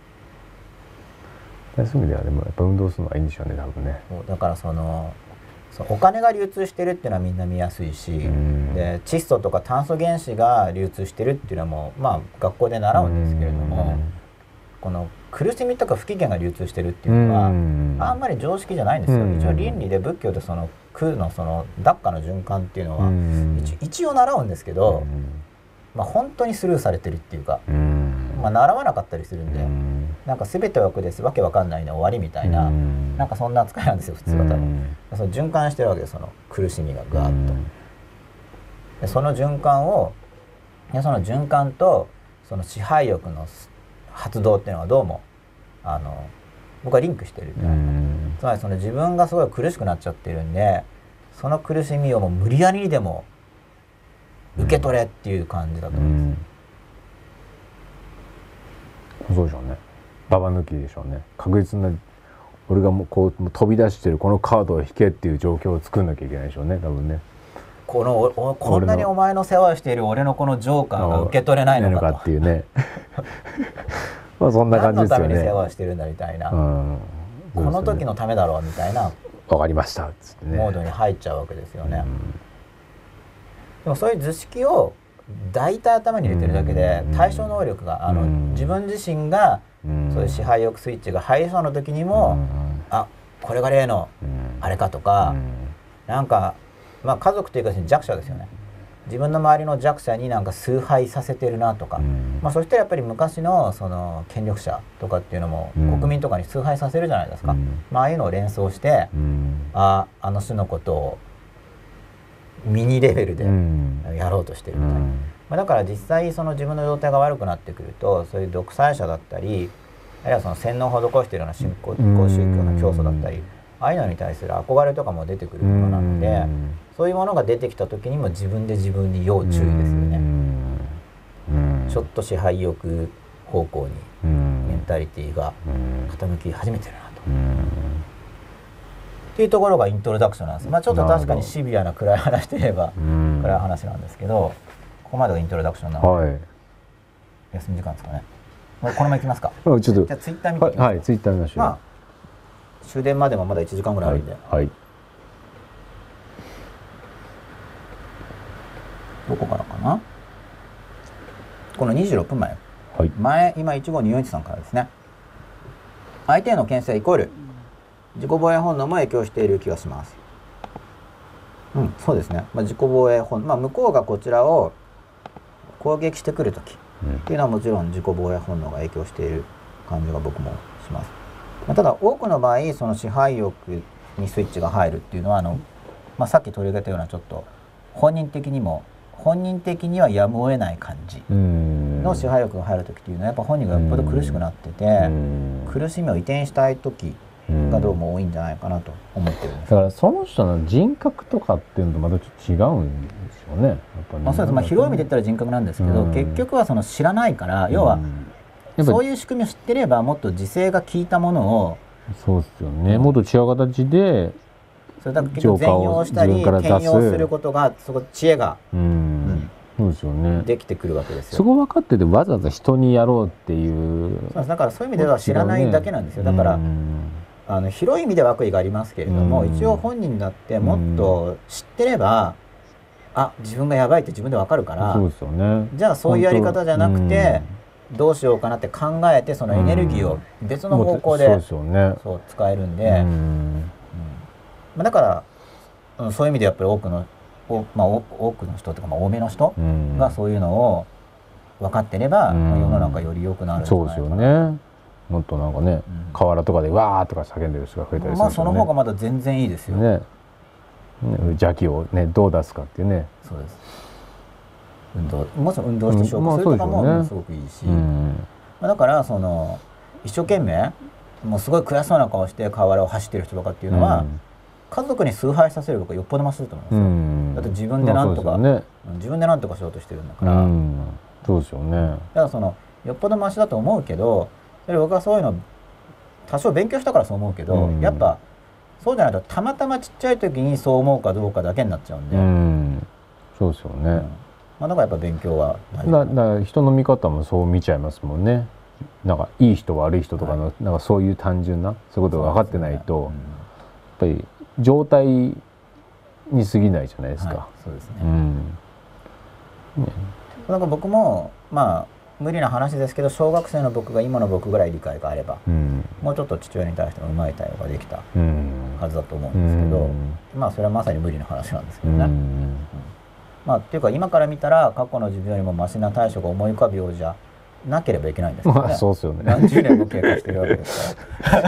そういう意味ではでもやっぱ運動するのがいいんでしょうね、多分ね。 だからそのお金が流通してるっていうのはみんな見やすいし、で窒素とか炭素原子が流通してるっていうのはもうまあ学校で習うんですけれども、この苦しみとか不機嫌が流通してるっていうのはあんまり常識じゃないんですよ。一応倫理で仏教でその苦のそのダッカの循環っていうのは一応習うんですけど、まあ本当にスルーされてるっていうか、まあ習わなかったりするんで、なんか全ては悪です、わけわかんないの終わりみたいな、なんかそんな扱いなんですよ普通は多分。その循環してるわけです、その苦しみがガーッと。でその循環を、その循環とその支配欲の発動っていうのはどうも僕はリンクしてるみたいな。つまりその自分がすごい苦しくなっちゃってるんで、その苦しみをもう無理やりにでも受け取れっていう感じだと思います。 そうでしょうね。ババ抜きでしょうね。確実な、俺がもうこう飛び出してるこのカードを引けっていう状況を作んなきゃいけないでしょうね、多分ね。 こんなにお前の世話をしている俺のこのジョーカーが受け取れないのかっていうね。まあそんな感じですよね。 何のために世話をしてるんだみたいな、この時のためだろうみたいな、 わかりましたっつってね、 モードに入っちゃうわけですよね。でもそういう図式を大体頭に入れてるだけで、対処能力が自分自身がそういう支配欲スイッチが入りそうな時にも、あ、これが例のあれかとか、なんかまあ家族というか弱者ですよね。自分の周りの弱者になんか崇拝させてるなとか、まあそしたらやっぱり昔のその権力者とかっていうのも国民とかに崇拝させるじゃないですか。まあああいうのを連想して、あの人のことをミニレベルでやろうとしてるみたいな。まあだから実際その自分の状態が悪くなってくると、そういう独裁者だったり、あるいはその洗脳を施しているような新興宗教の教祖だったり、ああいうのに対する憧れとかも出てくるものなので、そういうものが出てきた時にも自分で自分に要注意ですよね。ちょっと支配欲方向にメンタリティが傾き始めてるなと。っていうところがイントロダクションなんです。まあちょっと確かにシビアな暗い話といえば暗い話なんですけど、ここまでがイントロダクションなので、休み時間ですかね。このままいきますか。 ちょっとじゃあツイッター見ていきますか。 はい、ツイッター見ましょう。 まあ終電までもまだ1時間ぐらいあるんで。どこからかな。この26分前。今15241さんからですね。相手への牽制イコール自己防衛本能も影響している気がします。そうですね。自己防衛本能、向こうがこちらを攻撃してくるときっていうのはもちろん自己防衛本能が影響している感じが僕もします。ただ多くの場合その支配欲にスイッチが入るっていうのはさっき取り上げたようなちょっと本人的にも本人的にはやむを得ない感じの支配欲が入る時っていうのはやっぱ本人がよっぽど苦しくなってて、苦しみを移転したい時がどうも多いんじゃないかなと思ってるんです。 だからその人の人格とかっていうのとまたちょっと違うんですよね。やっぱね、 そうです。広い意味で言ったら人格なんですけど、結局はその知らないから、要はそういう仕組みを知ってればもっと自制が効いたものを、 そうですよね、もっと違う形でそれだから結局善用したり転用することが、そこ知恵がそうですよね、 できてくるわけですよ。 そこ分かっててわざわざ人にやろうっていう。 そうです。だからそういう意味では知らないだけなんですよ。だから広い意味で悪意がありますけれども、一応本人だってもっと知ってれば、あ、自分がやばいって自分で分かるから、 そうですよね、 じゃあそういうやり方じゃなくてどうしようかなって考えて、そのエネルギーを別の方向でそう使えるんで、だからそういう意味でやっぱり多くの人というか、多めの人がそういうのを分かってれば、世の中より良くなるんじゃないかな。 そうですよね。もっとなんかね、河原とかでわーとか叫んでる人が増えたりするんですよね。 その方がまだ全然いいですよね。 邪気をねどう出すかっていうね。 そうです。もちろん運動して消化するとかもすごくいいし、だからその一生懸命もうすごい悔しそうな顔して河原を走ってる人とかっていうのは、家族に崇拝させる方がよっぽどマシだと思うんですよ。だって自分でなんとか、自分でなんとかしようとしてるんだから。 そうですよね。だからそのよっぽどマシだと思うけど、僕はそういうの多少勉強したからそう思うけど、やっぱそうじゃないとたまたまちっちゃい時にそう思うかどうかだけになっちゃうんで。 そうですよね。 だからやっぱ勉強は大事。 だから人の見方もそう見ちゃいますもんね。なんかいい人悪い人とかの、なんかそういう単純なそういうことが分かってないと、やっぱり状態に過ぎないじゃないですか。 そうですね。なんか僕も無理な話ですけど、小学生の僕が今の僕ぐらい理解があれば、もうちょっと父親に対してのうまい対応ができたはずだと思うんですけど、それはまさに無理な話なんですけどね。っていうか今から見たら過去の自分よりもマシな対処が思い浮かぶようじゃなければいけないんですけどね。 そうですよね。 何十年も経過してるわけですから。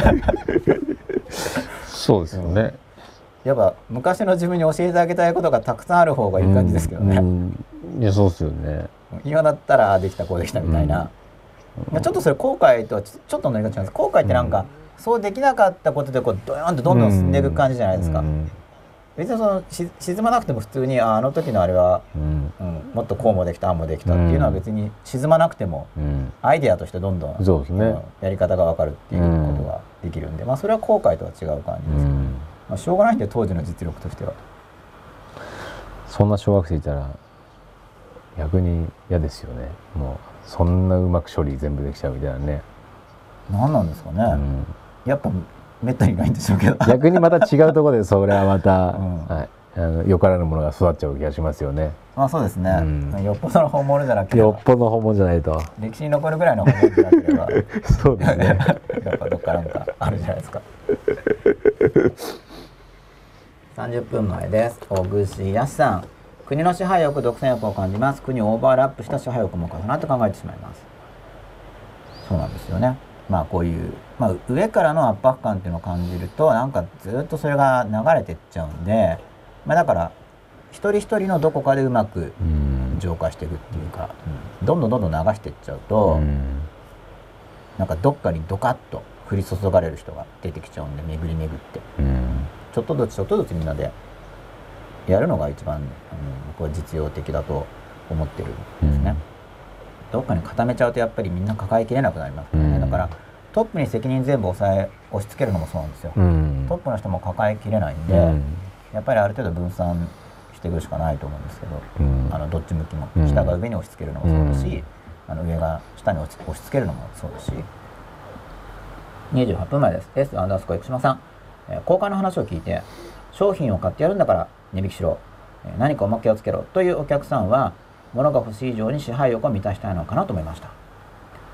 そうですよね。 やっぱ昔の自分に教えてあげたいことがたくさんある方がいい感じですけどね。 いや、そうですよね。 今だったらできたこうできたみたいな、ちょっとそれ後悔とはちょっとノリが違うんです。後悔ってなんか、そうできなかったことでこうドヨンとどんどん進んでいく感じじゃないですか。別にその沈まなくても普通にあの時のあれは、もっとこうもできたああもできたっていうのは別に沈まなくても、アイデアとしてどんどん、やり方が分かるっていうことができるんで、それは後悔とは違う感じです。しょうがないんで当時の実力としては。 そんな小学生いたら逆に嫌ですよね。もうそんなうまく処理全部できちゃうみたいなね。 何なんですかね。やっぱめったにないんでしょうけど。 逆にまた違うところでそれはまた、よからぬものが育っちゃう気がしますよね。 そうですね。よっぽどの本物じゃなければ。 よっぽどの本物じゃないと。 歴史に残るぐらいの本物じゃなければ。 そうですね。 やっぱどっかなんかあるじゃないですか。30分前です。小串康さん。国の支配欲、独占欲を感じます。国をオーバーラップした支配欲も重なって考えてしまいます。そうなんですよね。こういう、上からの圧迫感っていうのを感じると、なんかずっとそれが流れてっちゃうんで、だから一人一人のどこかでうまく浄化していくっていうか、どんどん流していっちゃうと、なんかどっかにドカッと降り注がれる人が出てきちゃうんで、巡り巡って、ちょっとずつみんなでやるのが一番、僕は実用的だと思ってるんですね。どっかに固めちゃうとやっぱりみんな抱えきれなくなりますからね。だからトップに責任全部押し付けるのもそうなんですよ。トップの人も抱えきれないんで、やっぱりある程度分散していくしかないと思うんですけど、どっち向きも下が上に押し付けるのもそうだし、上が下に押し付けるのもそうだし。28分前です。Sアンダースコア生島さん、交換の話を聞いて、商品を買ってやるんだから値引きしろ、何かおまけをつけろというお客さんは、物が欲しい以上に支配欲を満たしたいのかなと思いました。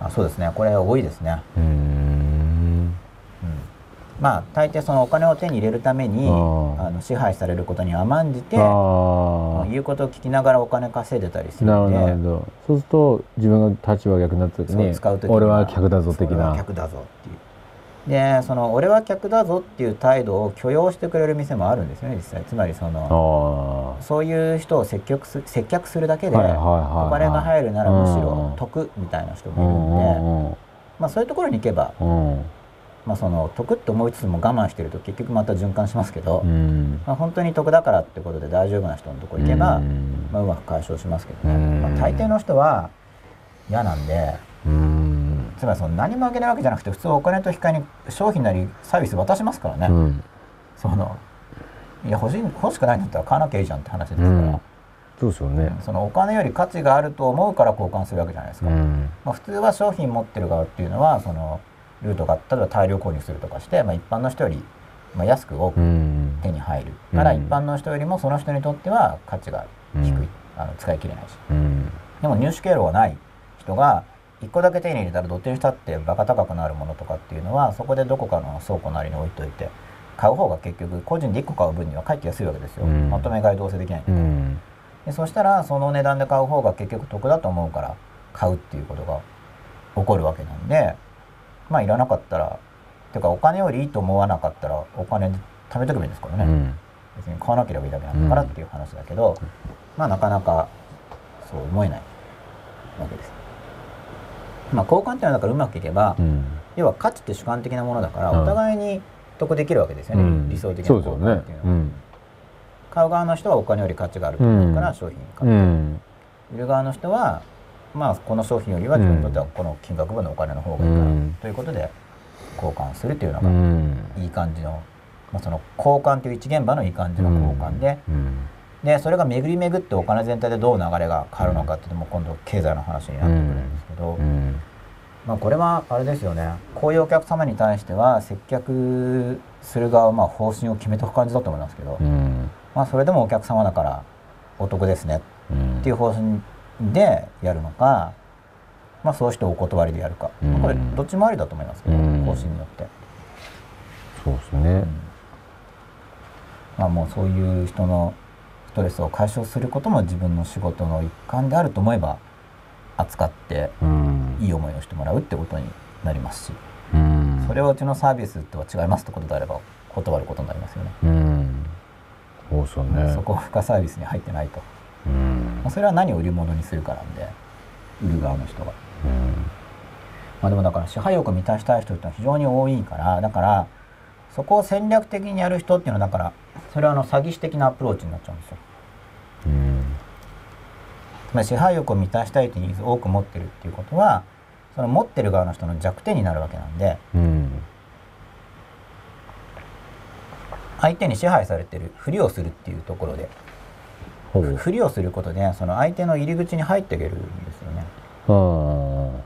そうですね。これ多いですね。大抵そのお金を手に入れるために支配されることに甘んじて言うことを聞きながらお金稼いでたりするので、 なるほど。そうすると自分が立場が逆になった時に俺は客だぞ的な。 俺は客だぞっていう。でその俺は客だぞっていう態度を許容してくれる店もあるんですよね、実際。つまりそのそういう人を接客するだけでお金が入るならむしろ得みたいな人もいるんで、まあ、そういうところに行けば、まあ、その得って思いつつも我慢してると結局また循環しますけど、まあ、本当に得だからってことで大丈夫な人のところ行けば、まあ、うまく解消しますけどね、まあ、大抵の人は嫌なんで、つまりその何もあげないわけじゃなくて普通お金と引き換えに商品なりサービス渡しますからね、そのいや欲しくないんだったら買わなきゃいいじゃんって話ですから、 そうですよね。 そのお金より価値があると思うから交換するわけじゃないですか、まあ、普通は商品持ってる側っていうのはそのルートが例えば大量購入するとかして、まあ、一般の人よりまあ安く多く手に入るから、一般の人よりもその人にとっては価値が低い、使い切れないし、でも入手経路がない人が1個だけ手に入れたらどっちにしたってバカ高くなるものとかっていうのはそこでどこかの倉庫なりに置いといて買う方が結局個人で1個買う分にはかえって安いわけですよ、まとめ買いどうせできないんだから、でそしたらその値段で買う方が結局得だと思うから買うっていうことが起こるわけなんで、まあいらなかったらてかお金よりいいと思わなかったらお金で貯めとけばいいんですからね、別に買わなければいいだけなんだからっていう話だけど、まあなかなかそう思えないわけです。まあ交換っていうのはだからうまくいけば、要は価値って主観的なものだからお互いに得できるわけですよね、理想的な交換っていうのは、買う側の人はお金より価値があると思うから商品を買って、売る側の人はまあこの商品よりは自分にとってはこの金額分のお金の方がいいから、ということで交換するっていうのがいい感じの、まあ、その交換という一現場のいい感じの交換で、でそれが巡り巡ってお金全体でどう流れが変わるのかっていうのも今度経済の話になってくるんですけど、まあこれはあれですよね、こういうお客様に対しては接客する側はまあ方針を決めておく感じだと思いますけど、まあそれでもお客様だからお得ですねっていう方針でやるのか、まあそうしてお断りでやるか、まあこれどっちもありだと思いますけど、方針によって。 そうですね、 まあもうそういう人のストレスを解消することも自分の仕事の一環であると思えば扱っていい思いをしてもらうってことになりますし、それをうちのサービスとは違いますってことであれば断ることになりますよね。 そうですよね。 そこは付加サービスに入ってないと、それは何を売り物にするかなんで、売る側の人が、まあでもだから支配欲を満たしたい人ってのは非常に多いから、だからそこを戦略的にやる人っていうのはだからそれは詐欺師的なアプローチになっちゃうんですよ。つまり支配欲を満たしたいというニーズを多く持ってるっていうことはその持ってる側の人の弱点になるわけなんで、相手に支配されてるふりをするっていうところで、ふりをすることでその相手の入り口に入っていけるんですよね。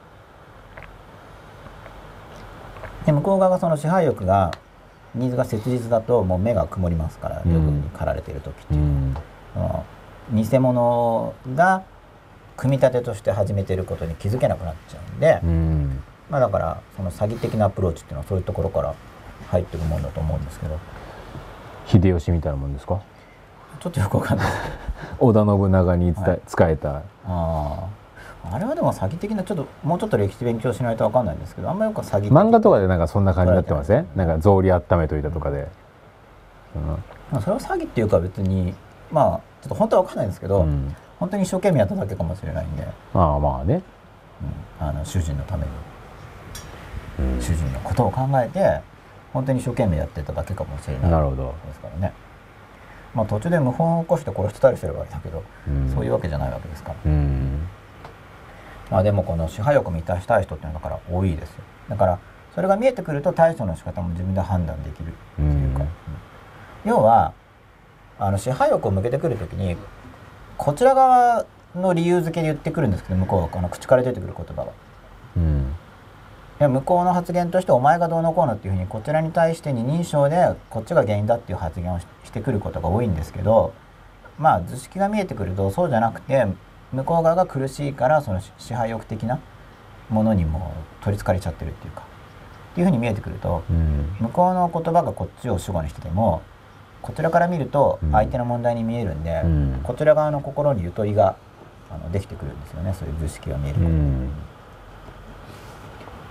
で向こう側がその支配欲がニーズが切実だともう目が曇りますから、欲に駆られている時っていうのは、偽物が組み立てとして始めていることに気づけなくなっちゃうんで、まあだからその詐欺的なアプローチっていうのはそういうところから入ってるもんだと思うんですけど。 秀吉みたいなもんですか？ ちょっとよくわかんないです織田信長に使えた、 あれはでも詐欺的な、ちょっともうちょっと歴史勉強しないとわかんないんですけど、あんまよく詐欺漫画とかでなんかそんな感じになってません？なんか草履温めといたとかで、 それは詐欺っていうか別にまあちょっと本当はわかんないんですけど、本当に一生懸命やっただけかもしれないんで、 まあね、 主人のために、主人のことを考えて本当に一生懸命やってただけかもしれないですからね。まあ途中で謀反を起こして殺してたりしてるわけだけど、そういうわけじゃないわけですから。まあでもこの支配欲を満たしたい人っていうのはだから多いですよ。だからそれが見えてくると対処の仕方も自分で判断できるっていうか、要は支配欲を向けてくるときにこちら側の理由付けで言ってくるんですけど、向こうは口から出てくる言葉が、いや向こうの発言としてお前がどうのこうのっていうふうにこちらに対して二人称でこっちが原因だっていう発言をしてくることが多いんですけど、まあ図式が見えてくるとそうじゃなくて、向こう側が苦しいからその支配欲的なものにも取りつかれちゃってるっていうかっていうふうに見えてくると、向こうの言葉がこっちを主語にしててもこちらから見ると相手の問題に見えるんで、こちら側の心にゆとりができてくるんですよね、そういう図式が見えること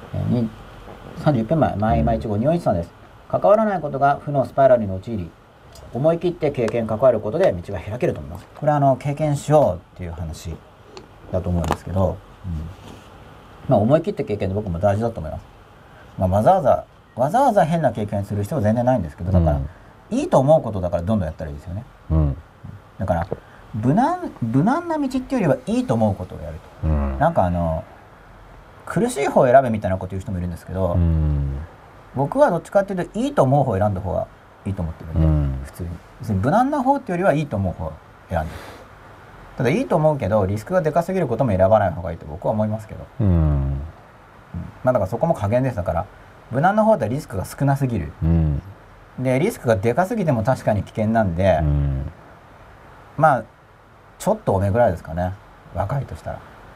、31分前、前今1号241さんです。関わらないことが負のスパイラルに陥り思い切って経験関わることで道が開けると思います。これは経験しようっていう話だと思うんですけど、思い切って経験で僕も大事だと思います。わざわざ変な経験する必要は全然ないんですけど、だから、いいと思うことだからどんどんやったらいいですよね。だから無難な道っていうよりはいいと思うことをやると、なんか苦しい方を選べみたいなこと言う人もいるんですけど、僕はどっちかっていうといいと思う方を選んだ方がいいと思ってるんで、普通に別に無難な方っていうよりはいいと思う方を選んでる。ただいいと思うけどリスクがでかすぎることも選ばない方がいいと僕は思いますけど、だからそこも加減です。だから無難な方だとリスクが少なすぎる、でリスクがでかすぎても確かに危険なんで、ちょっと多めぐらいですかね、若いとしたら。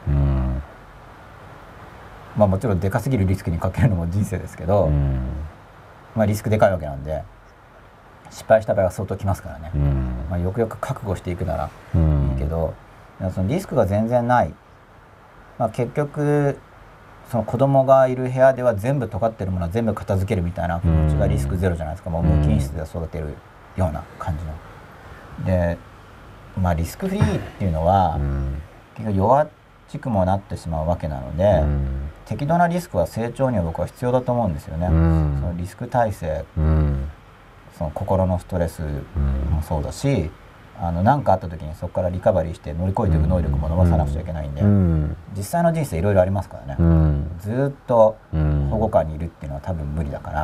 もちろんでかすぎるリスクにかけるのも人生ですけど、リスクでかいわけなんで失敗した場合は相当きますからね、よくよく覚悟していくならいいけど、そのリスクが全然ない、結局その子供がいる部屋では全部尖ってるものは全部片付けるみたいな気持ちがリスクゼロじゃないですか。もう無菌室で育てるような感じので、リスクフリーっていうのは、結局弱っちくもなってしまうわけなので、適度なリスクは成長には僕は必要だと思うんですよね。そのリスク耐性、その心のストレスもそうだし、何かあった時にそこからリカバリーして乗り越えていく能力も伸ばさなくちゃいけないんで、実際の人生いろいろありますからね、ずっと保護下にいるっていうのは多分無理だから、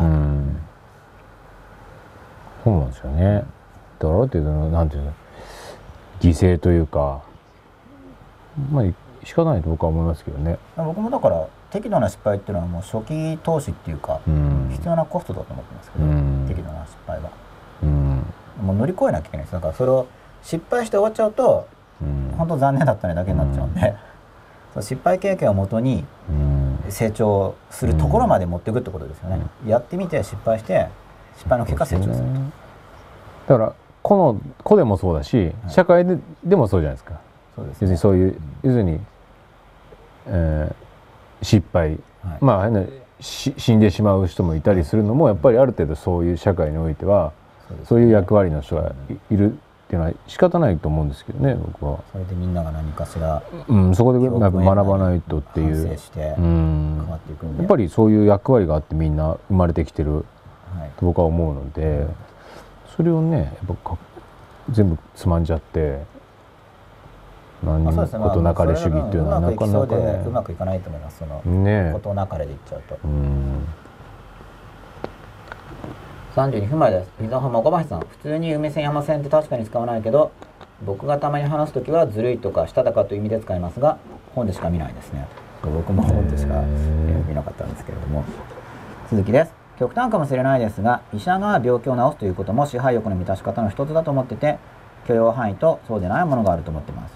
そうなんですよね。だからっていうのはなんていうの、犠牲というか仕方ないと僕は思いますけどね。 僕もだから適度な失敗っていうのはもう初期投資っていうか、必要なコストだと思ってますけど、適度な失敗は、もう乗り越えなきゃいけないです。だからそれを失敗して終わっちゃうと、本当残念だったねだけになっちゃうんで、失敗経験をもとに成長するところまで持っていくってことですよね。やってみて失敗して失敗の結果成長すると。だから個でもそうだし、社会でもそうじゃないですか。 そうですね、 要するにそういう要するに、失敗、死んでしまう人もいたりするのもやっぱりある程度そういう社会においてはそういう役割の人がいるっていうのは仕方ないと思うんですけどね、僕は。 それでみんなが何かしら、 そこで学ばないとっていう、 反省して変わっていくんで、 やっぱりそういう役割があってみんな生まれてきてると僕は思うので、それをねやっぱ全部つまんじゃって何にも事なかれ主義っていうのはなかなかねうまくいかないと思います。その事なかれでいっちゃうと。32分前です。水浜岡橋さん、普通に梅線山線って確かに使わないけど、僕がたまに話すときはずるいとかしたたかという意味で使いますが、本でしか見ないですね。僕も本でしか見なかったんですけれども。続きです。極端かもしれないですが、医者が病気を治すということも支配欲の満たし方の一つだと思ってて、許容範囲とそうでないものがあると思ってます。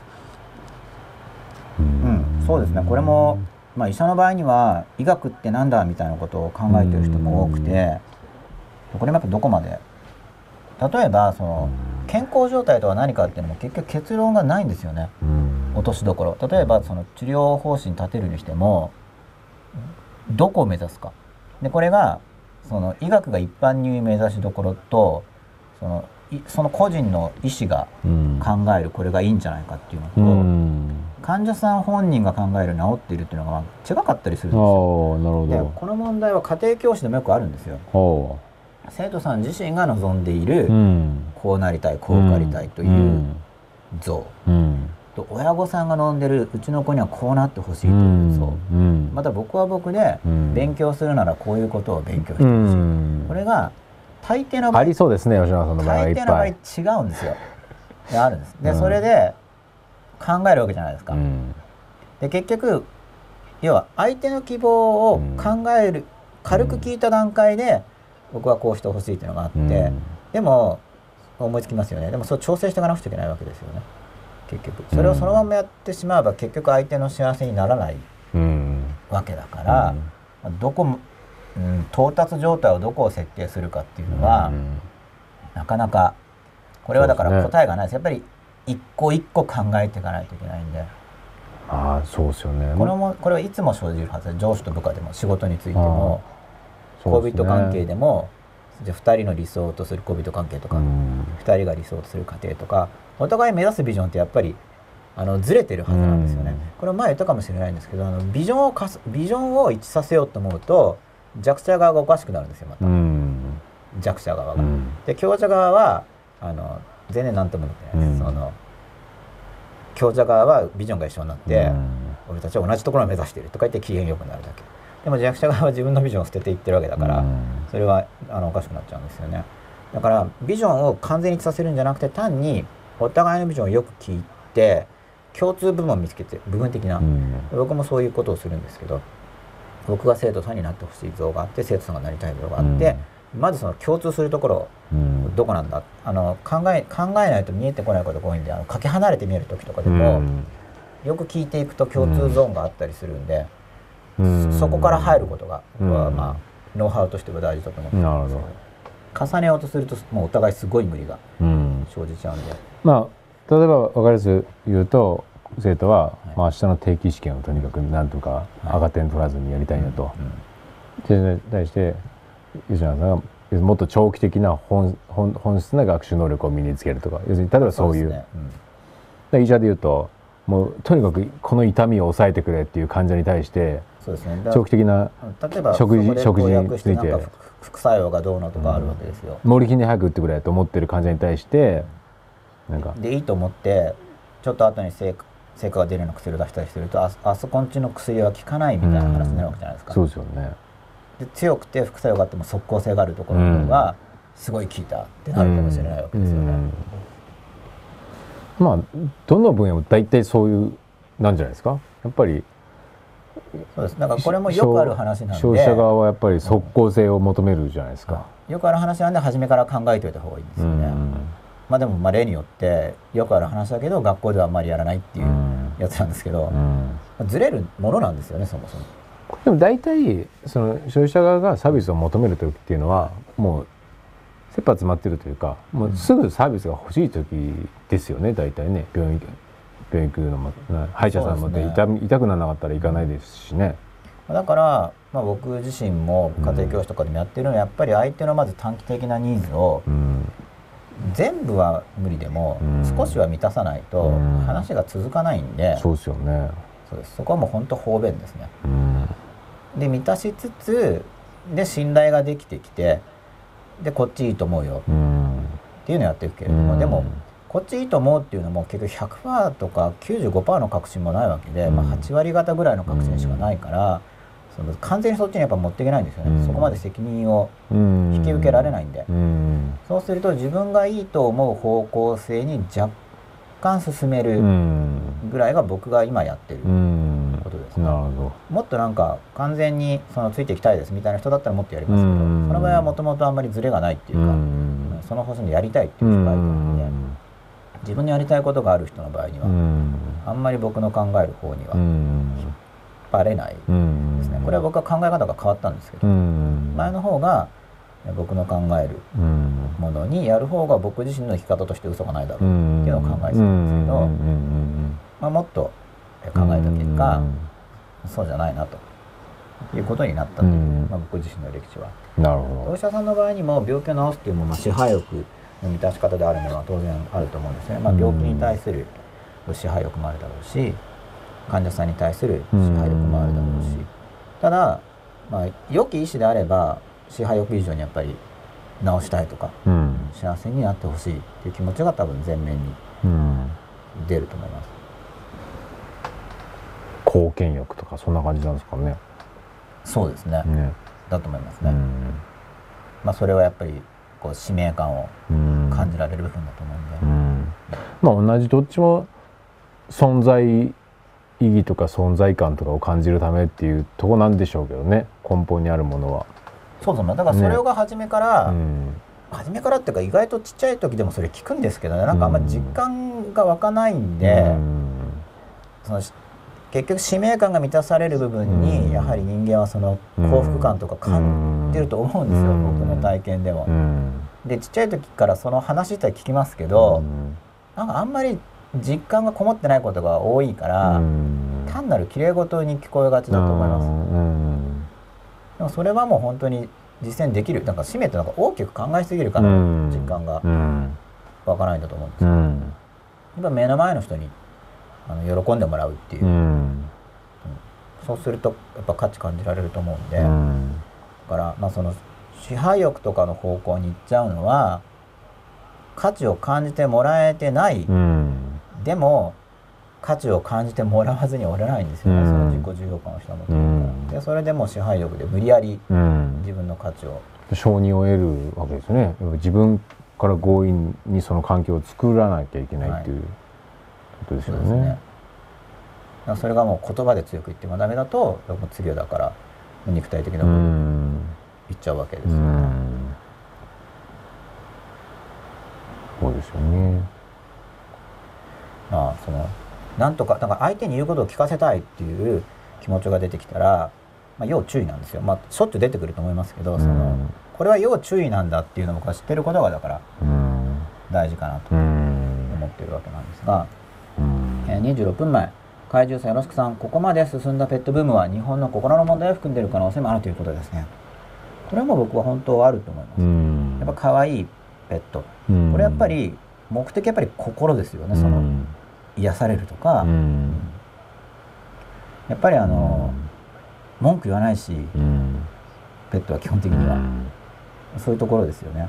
そうですね。これも、医者の場合には医学ってなんだみたいなことを考えている人も多くて、これもやっぱどこまで、例えばその健康状態とは何かっていうのも結局結論がないんですよね、落としどころ。例えばその治療方針立てるにしてもどこを目指すかで、これがその医学が一般に目指しどころとその個人の医師が考えるこれがいいんじゃないかっていうのと、患者さん本人が考える治っているっていうのが違かったりするんですよ。 なるほど。 でこの問題は家庭教師でもよくあるんですよ。生徒さん自身が望んでいる、こうなりたいこうなりたいという像、と親御さんが望んでるうちの子にはこうなってほしいという像、また僕は僕で勉強するならこういうことを勉強してほしい、これが大抵の場合ありそうですね、吉永さんの場合はいっぱい。 大抵の場合違うんですよ。あるんです。でそれで考えるわけじゃないですか。で結局要は相手の希望を考える、軽く聞いた段階で僕はこうしてほしいっていうのがあって、でも思いつきますよね。でもそれを調整していかなくちゃいけないわけですよね。結局それをそのままやってしまえば結局相手の幸せにならないわけだから、どこも、到達状態をどこを設定するかっていうのは、なかなかこれはだから答えがないです。やっぱり一個一個考えていかないといけないんで。 そうですよね。 これはいつも生じるはずで、上司と部下でも仕事についても恋人関係でもじゃあ2人の理想とする恋人関係とか、2人が理想とする家庭とか、お互い目指すビジョンってやっぱりずれてるはずなんですよね。これは前言ったかもしれないんですけど、ビジョンを一致させようと思うと弱者側がおかしくなるんですよ、また。弱者側が。で強者側は全然何とも思ってないです。強者側はビジョンが一緒になって、俺たちは同じところを目指しているとか言って機嫌よくなるだけ。でも弱者側は自分のビジョンを捨てていってるわけだから、それはおかしくなっちゃうんですよね。だからビジョンを完全に一致させるんじゃなくて、単にお互いのビジョンをよく聞いて共通部分を見つけて、部分的な、僕もそういうことをするんですけど、僕が生徒さんになってほしい像があって、生徒さんがなりたい像があって、まずその共通するところ、どこなんだ、考えないと見えてこないことが多いんで、かけ離れて見える時とかでも、よく聞いていくと共通ゾーンがあったりするんで、そこから入ることが、まあノウハウとしては大事だと思ってますけど、重ねようとするともうお互いすごい無理が生じちゃうんで、 まあ例えば分かりやすく言うと、生徒は、明日の定期試験をとにかく何とか赤点取らずにやりたいんだと。それに対して吉永さんがもっと長期的な本質な学習能力を身につけるとか、要するに例えばそういう、医者で言うともうとにかくこの痛みを抑えてくれっていう患者に対して長期的な食事について副作用がどうのとかあるわけですよ。 モルヒネ早く打ってくれと思ってる患者に対してなんかでいいと思ってちょっと後に成果が出るような薬を出したりすると、あそこんちの薬は効かないみたいな話になるわけじゃないですか。 そうですよね。 で強くて副作用があっても即効性があるところの方がすごい効いたってなるかもしれないわけですよね。 まあどの分野も大体そういうなんじゃないですか。やっぱりそうです。だからこれもよくある話なんで、 消費者側はやっぱり即効性を求めるじゃないですか。 よくある話なんで初めから考えておいた方がいいんですよね。まあでも例によってよくある話だけど学校ではあんまりやらないっていうやつなんですけど、ずれるものなんですよね、そもそも。 でも大体その消費者側がサービスを求める時っていうのはもう切羽詰まってるというか、もうすぐサービスが欲しい時ですよね、大体ね。病院行くのも歯医者さんも痛くならなかったら行かないですしね。 だから、僕自身も家庭教師とかでもやってるのはやっぱり相手のまず短期的なニーズを、全部は無理でも少しは満たさないと話が続かないんで、 そうですよね。 そうです。そこはもう本当方便ですね。で満たしつつで信頼ができてきて、でこっちいいと思うよっていうのをやっていくけれども、でもこっちいいと思うっていうのも結局 100% とか 95% の確信もないわけで、8割方ぐらいの確信しかないから、完全にそっちにやっぱ持っていけないんですよね。そこまで責任を引き受けられないんで、そうすると自分がいいと思う方向性に若干進めるぐらいが僕が今やってることですね。もっとなんか完全についていきたいですみたいな人だったらもっとやりますけど、その場合はもともとあんまりズレがないっていうか、その方針でやりたいっていう人がいるので、自分のやりたいことがある人の場合にはあんまり僕の考える方には引っ張れないですね。これは僕は考え方が変わったんですけど、前の方が僕の考えるものにやる方が僕自身の生き方として嘘がないだろうっていうのを考えてたんですけど、もっと考えた結果そうじゃないなということになったという、僕自身の歴史は。 なるほど。 お医者さんの場合にも病気を治すっていう支配欲の満たし方であるものは当然あると思うんですね。病気に対する支配欲もあるだろうし、患者さんに対する支配欲もあるだろうし、ただ良き医師であれば支配欲以上にやっぱり治したいとか、幸せになってほしいっていう気持ちが多分前面に出ると思います。 貢献欲とかそんな感じなんですかね。 そうですね。だと思いますね。それはやっぱり使命感を感じられる部分だと思うんで、 同じどっちも存在意義とか存在感とかを感じるためっていうとこなんでしょうけどね、根本にあるものは。 そうですね。だからそれが初めから、初めからっていうか意外とちっちゃい時でもそれ聞くんですけどね、なんかあんまり実感が湧かないんで、結局使命感が満たされる部分にやはり人間は幸福感とか感じると思うんですよ、僕の体験でも。でちっちゃい時からその話自体聞きますけど、なんかあんまり実感がこもってないことが多いから、単なる綺麗事に聞こえがちだと思います。でもそれはもう本当に実践できる、なんか使命ってなんか大きく考えすぎるから実感が湧かないんだと思うんですよ。やっぱ目の前の人に喜んでもらうっていう、そうするとやっぱ価値感じられると思うんで、だからまあその支配欲とかの方向に行っちゃうのは価値を感じてもらえてない、でも価値を感じてもらわずにおれないんですよね、その自己重要感をしたもので、それでもう支配欲で無理やり自分の価値を、 承認を得るわけですね。自分から強引にその環境を作らなきゃいけないっていうことですよね。そうですね。 それがもう言葉で強く言ってもダメだと、もう次はだから肉体的な部分にいっちゃうわけですよね。 そうですよね。 まあそのなんとかだから相手に言うことを聞かせたいっていう気持ちが出てきたら、まあ、要注意なんですよ。まあしょっちゅう出てくると思いますけど、そのこれは要注意なんだっていうのを僕は知ってることがだから大事かなと思っているわけなんですが、26分前、怪獣さんよろしくさん、ここまで進んだペットブームは日本の心の問題を含んでいる可能性もあるということですね。これはもう僕は本当はあると思います。やっぱ可愛いペット、これやっぱり目的やっぱり心ですよね。その癒されるとか、やっぱり文句言わないし、ペットは基本的には、そういうところですよね。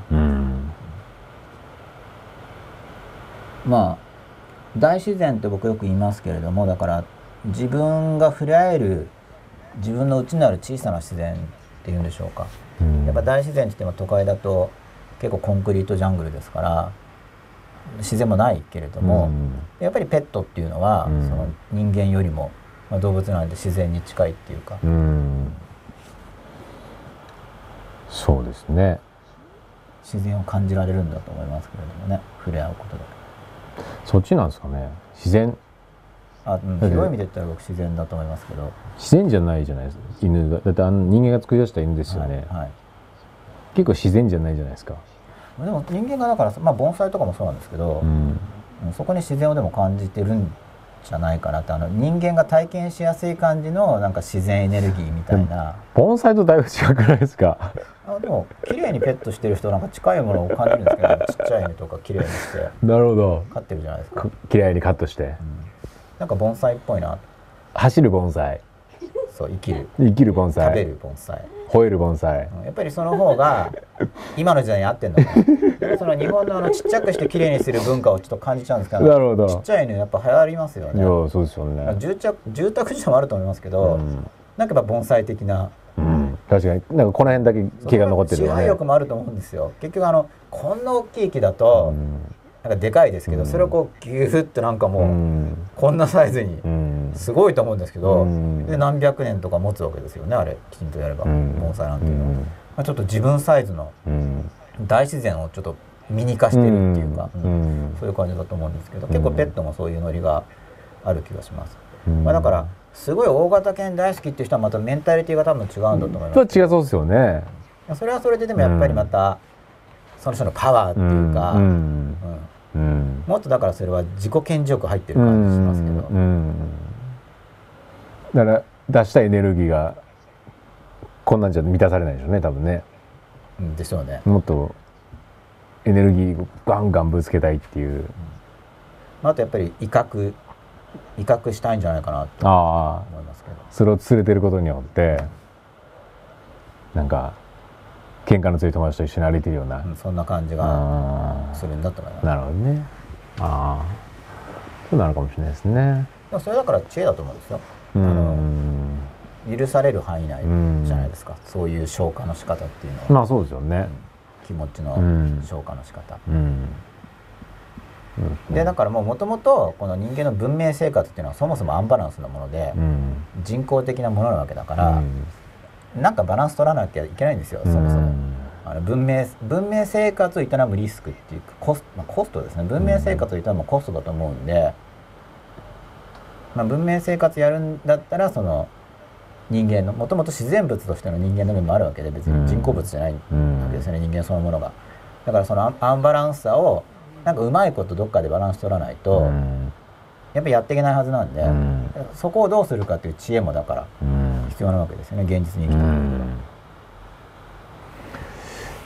まあ大自然って僕よく言いますけれども、だから自分が触れ合える自分の内にある小さな自然っていうんでしょうか、やっぱ大自然って言っても都会だと結構コンクリートジャングルですから自然もないけれども、やっぱりペットっていうのは、その人間よりも、まあ、動物なので自然に近いっていうか、 そうですね。 自然を感じられるんだと思いますけれどもね、触れ合うことで。 そっちなんですかね。自然、 広い意味で言ったら僕自然だと思いますけど。 自然じゃないじゃないですか、犬が。だって人間が作り出した犬ですよね。結構自然じゃないじゃないですか。 でも人間がだから、まあ、盆栽とかもそうなんですけど、そこに自然をでも感じてるんじゃないかなって、人間が体験しやすい感じのなんか自然エネルギーみたいな。 盆栽とだいぶ違くないですか。 でも綺麗にペットしてる人なんか近いものを感じるんですけど、ちっちゃい犬とか綺麗にしてなるほど飼ってるじゃないですか。 綺麗にカットして、 なんか盆栽っぽいな。 走る盆栽、 そう生きる盆栽、 食べる盆栽、 吠える盆栽、 やっぱりその方が今の時代に合ってんのかな。その日本のちっちゃくして綺麗にする文化をちょっと感じちゃうんですけど、 なるほど、 ちっちゃい犬やっぱ流行りますよね。 いやそうですよね。 住宅地もあると思いますけど、なんかやっぱ盆栽的な、 確かになんかこの辺だけ毛が残ってるよね。 支配欲もあると思うんですよ。結局こんな大きい木だと、なんかでかいですけど、それをこうギューッとなんかもう、こんなサイズにすごいと思うんですけど、で何百年とか持つわけですよね、あれきちんとやれば、盆栽なんていうのは、まあ、ちょっと自分サイズの大自然をちょっとミニ化してるっていうか、そういう感じだと思うんですけど、結構ペットもそういうノリがある気がします。まあ、だからすごい大型犬大好きっていう人はまたメンタリティが多分違うんだと思います。 違うそうですよね。 それはそれででもやっぱりまた、その人のパワーっていうか、もっとだからそれは自己顕示欲入ってる感じしますけど、 だから出したエネルギーがこんなんじゃ満たされないでしょうね、多分ね。 でしょうね。 もっとエネルギーをガンガンぶつけたいっていう、 あとやっぱり威嚇したいんじゃないかなと思いますけど、 それを連れてることによってなんか喧嘩の強い友達と一緒に歩いてるような、 そんな感じがするんだと思います。 なるほどね。そうなのかもしれないですね。 でもそれだから知恵だと思うんですよ。許される範囲内じゃないですか、そういう消化の仕方っていうのは。 まあそうですよね、 気持ちの消化の仕方、でだからもともとこの人間の文明生活っていうのはそもそもアンバランスなもので、人工的なものなわけだから、なんかバランス取らなきゃいけないんですよ、そもそも。文明生活を営むリスクっていうかコストですね。文明生活を営むコストだと思うんで、文明生活やるんだったらその人間のもともと自然物としての人間の面もあるわけで、別に人工物じゃないわけですよね、人間そのものが。だからそのアンバランスさをなんかうまいことどっかでバランス取らないとやっぱりやっていけないはずなんで、そこをどうするかっていう知恵もだから必要なわけですよね、現実に生きてる上では。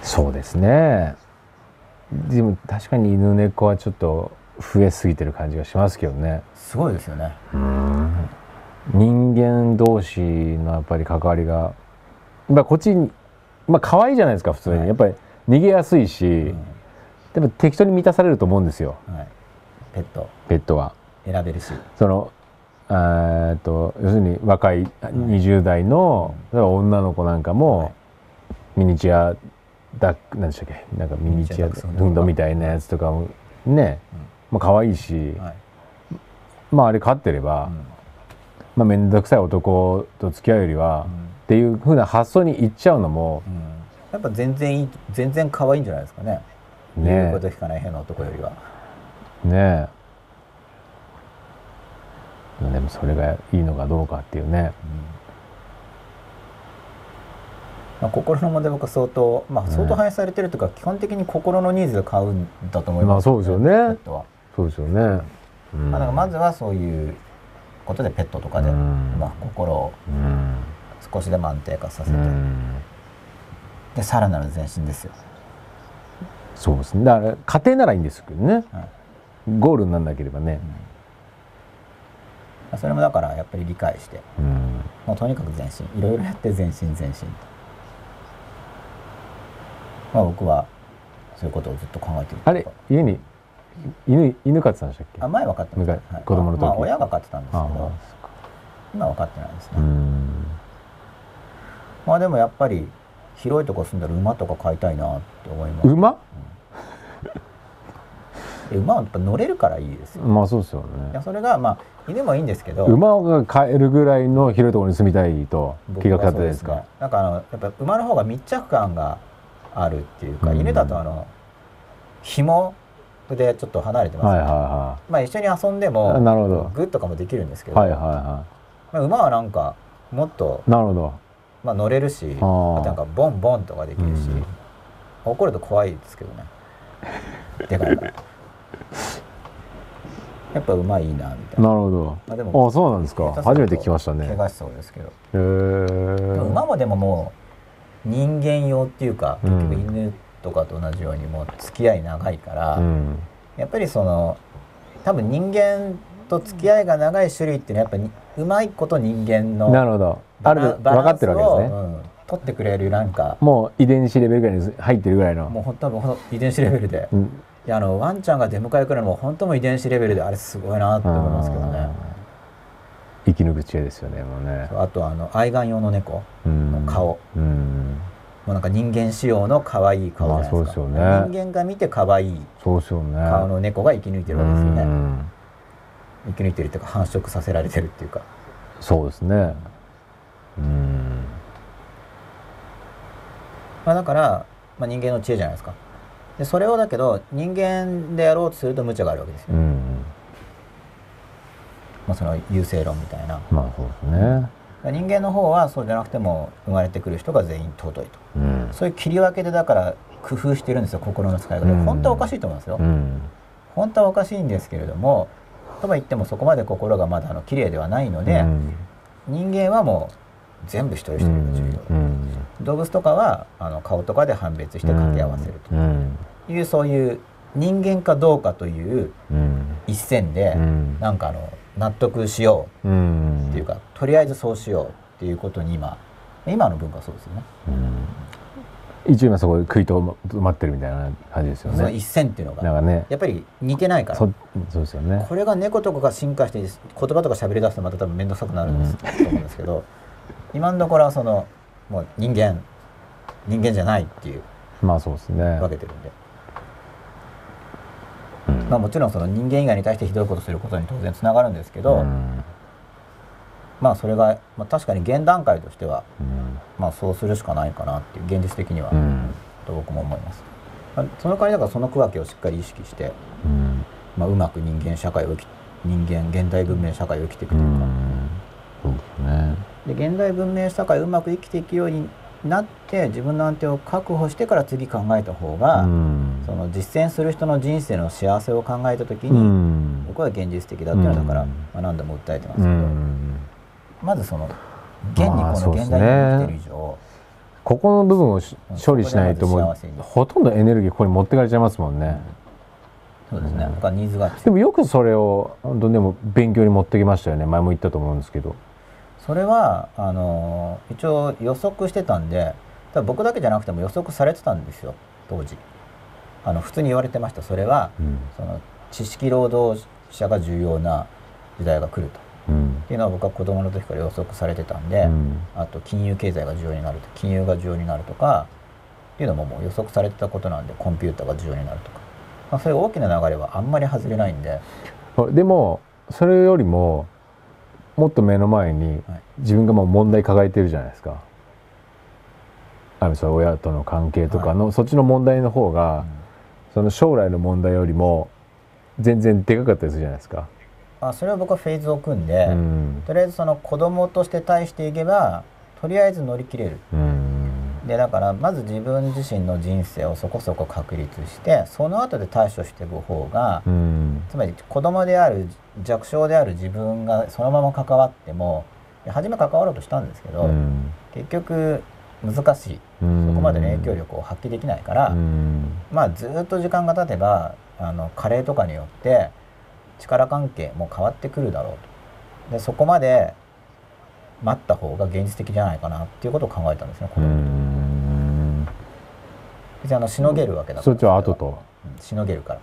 そうですね。でも確かに犬猫はちょっと増えすぎてる感じがしますけどね。 すごいですよね。 人間同士のやっぱり関わりがこっちに可愛いじゃないですか普通に、やっぱり逃げやすいし、でも適当に満たされると思うんですよ、 ペットは選べるし、 その要するに若い20代の例えば女の子なんかもミニチュア何でしたっけ、なんかミニチュアフンドみたいなやつとかもね、可愛いし、あれ飼ってれば、面倒くさい男と付き合うよりは、っていう風な発想にいっちゃうのも、 やっぱ全然可愛いんじゃないですかね。言うこと聞かない変な男よりは。 ねえ。でもそれがいいのかどうかっていうね。 心の問題僕は相当反映されてるというか、基本的に心のニーズで買うんだと思います。 そうですよね。そうですよね。だからまずはそういうことでペットとかで、心を少しでも安定化させて、でさらなる前進ですよ。 そうですね。だから家庭ならいいんですけどね、ゴールにならなければね、 それもだからやっぱり理解して、もうとにかく前進、いろいろやって前進。僕はそういうことをずっと考えてる。 あれ、家に犬飼ってたんでしたっけ？ 前は飼ってました。 子供の時。 親が飼ってたんですけど、今は飼ってないですね。でもやっぱり広いとこ住んだら馬とか飼いたいなって思います。 馬？ 馬はやっぱ乗れるからいいですよ。 そうですよね。 それが犬もいいんですけど、 馬が飼えるぐらいの広いところに住みたいと計画立てですか？ なんかやっぱ馬の方が密着感があるっていうか、犬だと紐でちょっと離れてますね。一緒に遊んでもグッとかもできるんですけど、馬はなんかもっと乗れるし、なんかボンボンとかできるし、怒ると怖いですけどね。でかいから。やっぱ馬いいなみたいな。 なるほど。でもそうなんですか。初めて聞きましたね。 怪我しそうですけど。馬もでももう人間用っていうか、結局犬とかと同じようにもう付き合い長いから、やっぱり多分人間と付き合いが長い種類っていうのはやっぱうまいこと人間のバランスを分かってるわけですね。 取ってくれるなんかもう遺伝子レベルぐらいに入ってるぐらいの。 もう本当遺伝子レベルで。ワンちゃんが出迎え来るのも本当も遺伝子レベルであれすごいなって思いますけどね。 生き抜く知恵ですよね、もうね。 あと愛玩用の猫の顔、もうなんか人間仕様の可愛い顔じゃないですか。人間が見て可愛い顔の猫が生き抜いてるわけですよね。生き抜いてるっていうか繁殖させられてるっていうか。 そうですね。 だから人間の知恵じゃないですか。でそれをだけど人間でやろうとすると無茶があるわけですよ。その優生論みたいな。 そうですね。 人間の方はそうじゃなくても生まれてくる人が全員尊いと、そういう切り分けでだから工夫してるんですよ、心の使い方。本当はおかしいと思いますよ。本当はおかしいんですけれども、とは言ってもそこまで心がまだ綺麗ではないので、人間はもう全部一人一人が重要、動物とかは顔とかで判別して掛け合わせるという、そういう人間かどうかという一線で、なんか納得しようっていうか、とりあえずそうしようっていうことに今の文化はそうですよね。 一応今そこで食い止まってるみたいな感じですよね。 その一線っていうのがなんか、ね、 やっぱり似てないから。 そうですよね。 これが猫とかが進化して言葉とか喋り出すとまた多分面倒くさくなるんです、と思うんですけど、今のところはもう人間じゃないっていうそうですね、 分けてるんで、もちろんその人間以外に対してひどいことすることに当然つながるんですけど、それが、確かに現段階としては、そうするしかないかなっていう現実的には、と僕も思います。その代わりだからその区分けをしっかり意識して、うまく現代文明社会を生きていくというか、 そうですね。 で現代文明社会をうまく生きていくようになって自分の安定を確保してから次考えた方が、その実践する人の人生の幸せを考えた時に、僕は現実的だっていうのはだから、何度も訴えてますけど、まず現にこの現代に生きてる以上、 ここの部分を処理しないともうほとんどエネルギーここに持ってかれちゃいますもんね。 そうですね。だからニーズがでもよくそれを本当でも勉強に持ってきましたよね。前も言ったと思うんですけど。 それは一応予測してたんで、多分僕だけじゃなくても予測されてたんですよ当時。普通に言われてました。それは、その知識労働者が重要な時代が来ると、っていうのは僕は子供の時から予測されてたんで、あと金融経済が重要になると、金融が重要になるとかっていうのももう予測されてたことなんで、コンピューターが重要になるとか、そういう大きな流れはあんまり外れないんで。 でもそれよりももっと目の前に自分がもう問題抱えてるじゃないですか。それ親との関係とかの、そっちの問題の方が、その将来の問題よりも全然でかかったりするじゃないですか。 それは僕はフェーズを組んで、とりあえずその子供として対していけばとりあえず乗り切れる。でだからまず自分自身の人生をそこそこ確立して、その後で対処していく方が、つまり子供である弱小である自分がそのまま関わっても、初め関わろうとしたんですけど、結局難しい、そこまでの影響力を発揮できないから、まあずっと時間が経てば加齢とかによって力関係も変わってくるだろうと。でそこまで待った方が現実的じゃないかなっていうことを考えたんですね、子供と。別にしのげるわけだから。 そっちは後と、 しのげるから。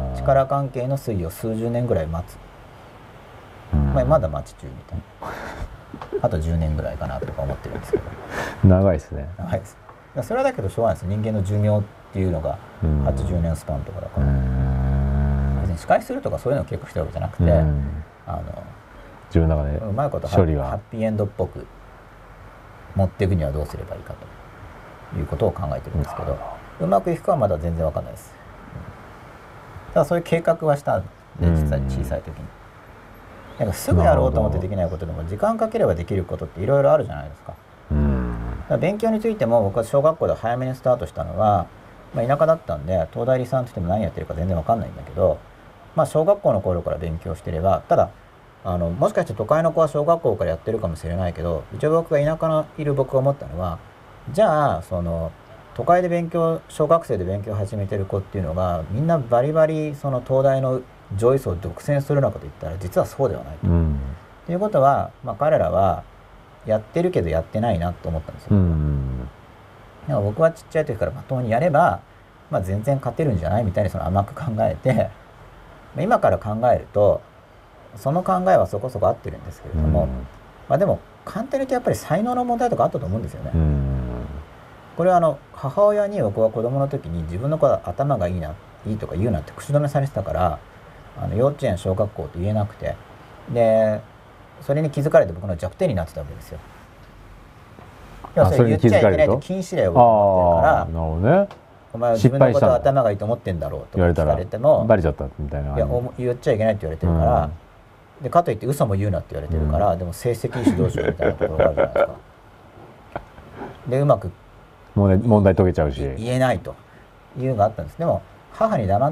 力関係の推移を数十年ぐらい待つ。まだ待ち中みたいな。あと10年ぐらいかなとか思ってるんですけど。 長いですね。 長いです。それはだけどしょうがないです。人間の寿命っていうのが80年スパンとかだから。別に仕返しするとかそういうのを結構してるわけじゃなくて、 自分の中でうまいことハッピーエンドっぽく持っていくにはどうすればいいかということを考えてるんですけど、うまくいくかはまだ全然わかんないです。ただそういう計画はしたんで、実際小さい時に。なんかすぐやろうと思ってできないことでも時間かければできることっていろいろあるじゃないですか。だから勉強についても僕は小学校で早めにスタートしたのは、田舎だったんで東大理さんとしても何やってるか全然わかんないんだけど、小学校の頃から勉強してれば、ただもしかして都会の子は小学校からやってるかもしれないけど、一応僕が田舎のいる僕が思ったのは、じゃあその都会で小学生で勉強を始めてる子っていうのがみんなバリバリその東大の上位層を独占するのかといったら実はそうではないと。ということは、彼らはやってるけどやってないなと思ったんですよ。だから僕はちっちゃい時からまともにやれば、全然勝てるんじゃないみたいに甘く考えて、今から考えるとその考えはそこそこ合ってるんですけれども、でも簡単に言うとやっぱり才能の問題とかあったと思うんですよね。これは母親に僕は子供の時に自分の子は頭がいいとか言うなって口止めされてたから、幼稚園小学校と言えなくて、でそれに気づかれて僕の弱点になってたわけですよ。それ言っちゃいけないって禁止令を持ってるから、お前は自分のことは頭がいいと思ってんだろうとか聞かれてもバレちゃったみたいな、 言っちゃいけないって言われてるから、でかといって嘘も言うなって言われてるから、でも成績いいしどうしようみたいなところがあるじゃないですか。でうまく問題解けちゃうし言えないというのがあったんです。でも母に黙って、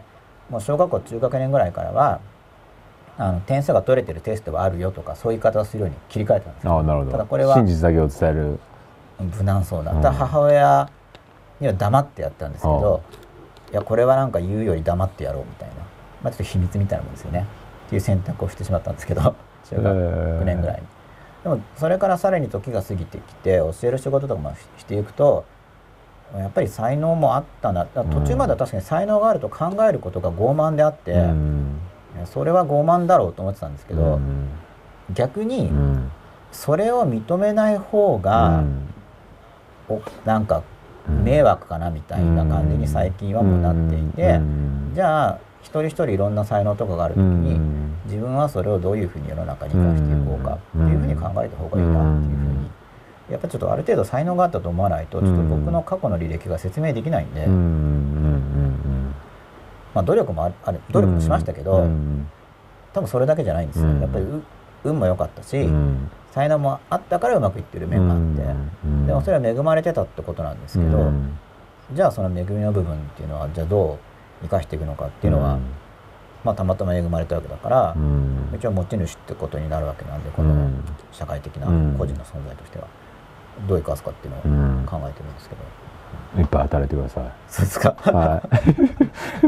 もう小学校中学年ぐらいからは点数が取れてるテストはあるよとか、そういう言い方をするように切り替えたんですよ。 なるほど。 ただこれは真実だけを伝える無難そうだった母親には黙ってやったんですけど、いやこれはなんか言うより黙ってやろうみたいな、ちょっと秘密みたいなもんですよねっていう選択をしてしまったんですけど、中学6年ぐらいに。でもそれからさらに時が過ぎてきて教える仕事とかもしていくと、やっぱり才能もあったな。途中までは確かに才能があると考えることが傲慢であって、それは傲慢だろうと思ってたんですけど、逆にそれを認めない方がなんか迷惑かなみたいな感じに最近はもうなっていて、じゃあ一人一人いろんな才能とかがある時に、自分はそれをどういうふうに世の中に生かしていこうかっていうふうに考えた方がいいなっていうふうに、やっぱりちょっとある程度才能があったと思わないとちょっと僕の過去の履歴が説明できないんで、努力も努力もしましたけど、多分それだけじゃないんですよ。やっぱり運も良かったし、才能もあったからうまくいってる面があって、でもそれは恵まれてたってことなんですけど、じゃあその恵みの部分っていうのはじゃあどう生かしていくのかっていうのは、たまたま恵まれたわけだから、一応持ち主ってことになるわけなんで、この社会的な個人の存在としては。 どう生かすかっていうのを考えてるんですけど、 いっぱい働いてください。 そうですか。 はい。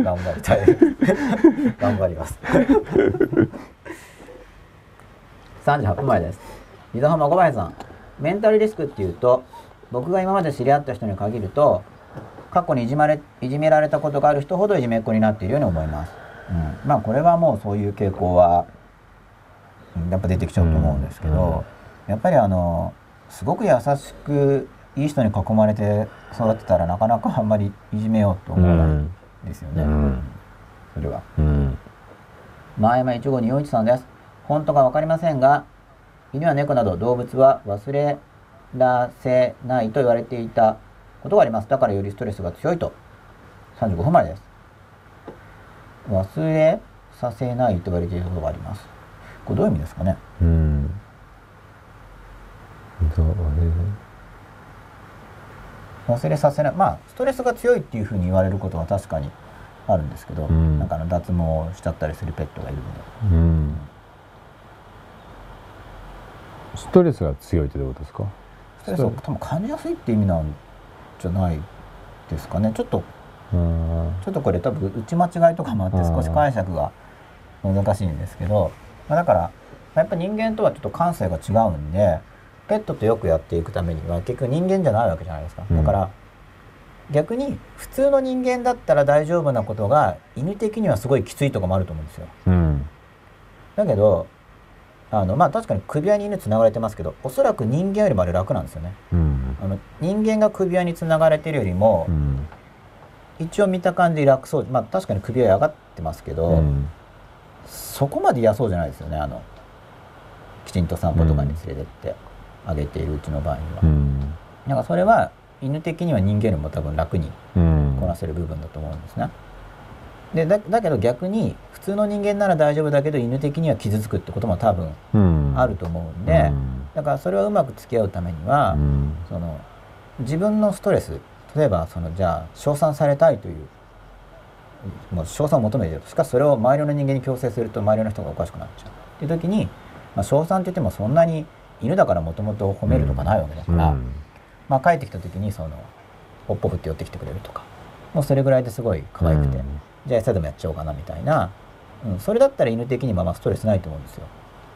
頑張りたい。頑張ります。38分前です。水浜小林さん、メンタルリスクっていうと、僕が今まで知り合った人に限ると、過去にいじめられたことがある人ほどいじめっ子になっているように思います。まあこれはもうそういう傾向はやっぱ出てきちゃうと思うんですけど、やっぱりすごく優しくいい人に囲まれて育ってたらなかなかあんまりいじめようと思わないですよね。それは。前山15241さんです。本当か分かりませんが、犬や猫など動物は忘れらせないと言われていたことがあります。だからよりストレスが強いと。35分前です。忘れさせないと言われていたことがあります。これどういう意味ですかね。忘れさせない、まあストレスが強いっていうふうに言われることは確かにあるんですけど、なんか脱毛しちゃったりするペットがいるので、 ストレスが強いってどういうことですか。 ストレスを多分感じやすいって意味なんじゃないですかね。ちょっとこれ多分打ち間違いとかもあって少し解釈が難しいんですけど、だからやっぱ人間とはちょっと感性が違うんで、ペットとよくやっていくためには結局人間じゃないわけじゃないですか。だから逆に普通の人間だったら大丈夫なことが犬的にはすごいきついとかもあると思うんですよ。だけどまあ確かに首輪に犬つながれてますけど、おそらく人間よりもあれ楽なんですよね。人間が首輪につながれてるよりも、一応見た感じ楽そう。まあ確かに首輪上がってますけど、そこまで嫌そうじゃないですよね。きちんと散歩とかに連れてってあげているうちの場合には、なんかそれは犬的には人間よりも多分楽にこなせる部分だと思うんですね。でだけど逆に普通の人間なら大丈夫だけど犬的には傷つくってことも多分あると思うんで、だからそれをうまく付き合うためには、その自分のストレス、例えばじゃあ称賛されたいという、もう称賛を求めていると、しかしそれを周りの人間に強制すると周りの人がおかしくなっちゃうっていう時に、称賛って言ってもそんなに犬だからもともと褒めるとかないわけだから、帰ってきた時におっぽ振って寄ってきてくれるとか、もうそれぐらいですごい可愛くて、じゃあ餌でもやっちゃおうかなみたいな、それだったら犬的にはストレスないと思うんですよ。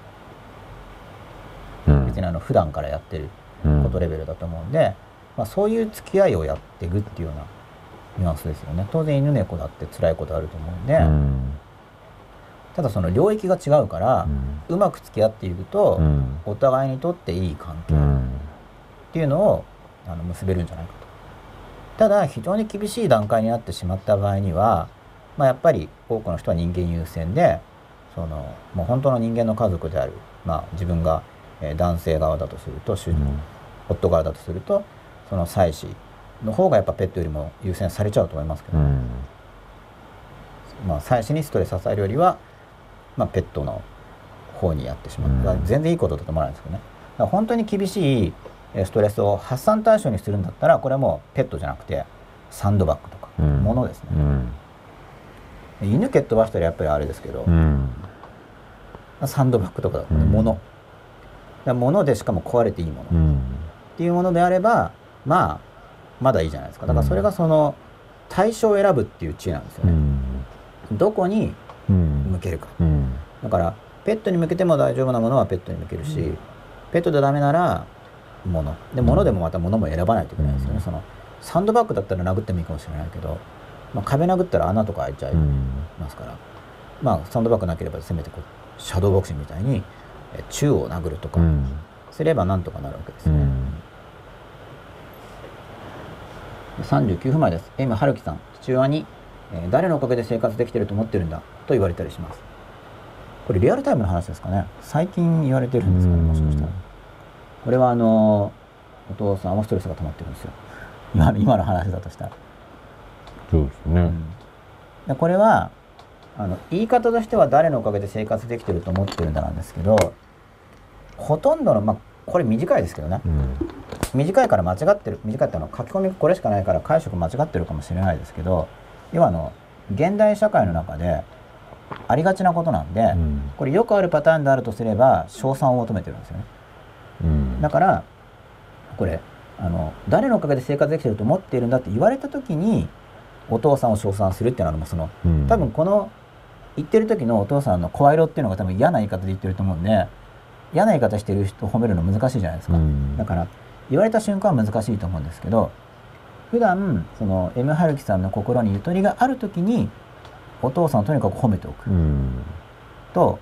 別に普段からやってることレベルだと思うんで、そういう付き合いをやっていくっていうようなニュアンスですよね。当然犬猫だって辛いことあると思うんで、ただその領域が違うから、うまく付き合っていくと、お互いにとっていい関係っていうのを結べるんじゃないかと。ただ非常に厳しい段階になってしまった場合には、やっぱり多くの人は人間優先で、もう本当の人間の家族である、自分が男性側だとすると、夫側だとすると、その妻子の方がやっぱペットよりも優先されちゃうと思いますけど、妻子にストレスさせるよりは、ペットの方にやってしまう、全然いいことだと思わないんですけどね。だから本当に厳しいストレスを発散対象にするんだったら、これはもうペットじゃなくてサンドバッグとか物ですね。犬蹴っ飛ばしたらやっぱりあれですけど、サンドバッグとかだと物、物でしかも壊れていいものっていうものであれば、まだいいじゃないですか。だからそれが対象を選ぶっていう知恵なんですよね。どこに向けるか。だからペットに向けても大丈夫なものはペットに向けるし、ペットでダメなら物で、物でもまた物も選ばないといけないですよね。サンドバッグだったら殴ってもいいかもしれないけど、壁殴ったら穴とか開いちゃいますから、サンドバッグなければせめてシャドーボクシングみたいに宙を殴るとかすればなんとかなるわけですね。39分前です。今春樹さん、父親に、誰のおかげで生活できてると思ってるんだと言われたりします。これリアルタイムの話ですかね。最近言われてるんですかね、もしかしたら。これはお父さんはストレスが溜まってるんですよ。今の話だとしたら。 そうですね。 これは言い方としては誰のおかげで生活できてると思ってるんだなんですけど、ほとんどのこれ短いですけどね、短いから間違ってる、短いって書き込みこれしかないから解釈間違ってるかもしれないですけど、要は現代社会の中でありがちなことなんで、これよくあるパターンであるとすれば称賛を求めてるんですよね。だからこれ誰のおかげで生活できてると思っているんだって言われた時にお父さんを称賛するっていうのは多分この言ってる時のお父さんの声色っていうのが多分嫌な言い方で言ってると思うんで、嫌な言い方してる人を褒めるの難しいじゃないですか。だから言われた瞬間は難しいと思うんですけど、普段その M 春樹さんの心にゆとりがある時にお父さんをとにかく褒めておくと、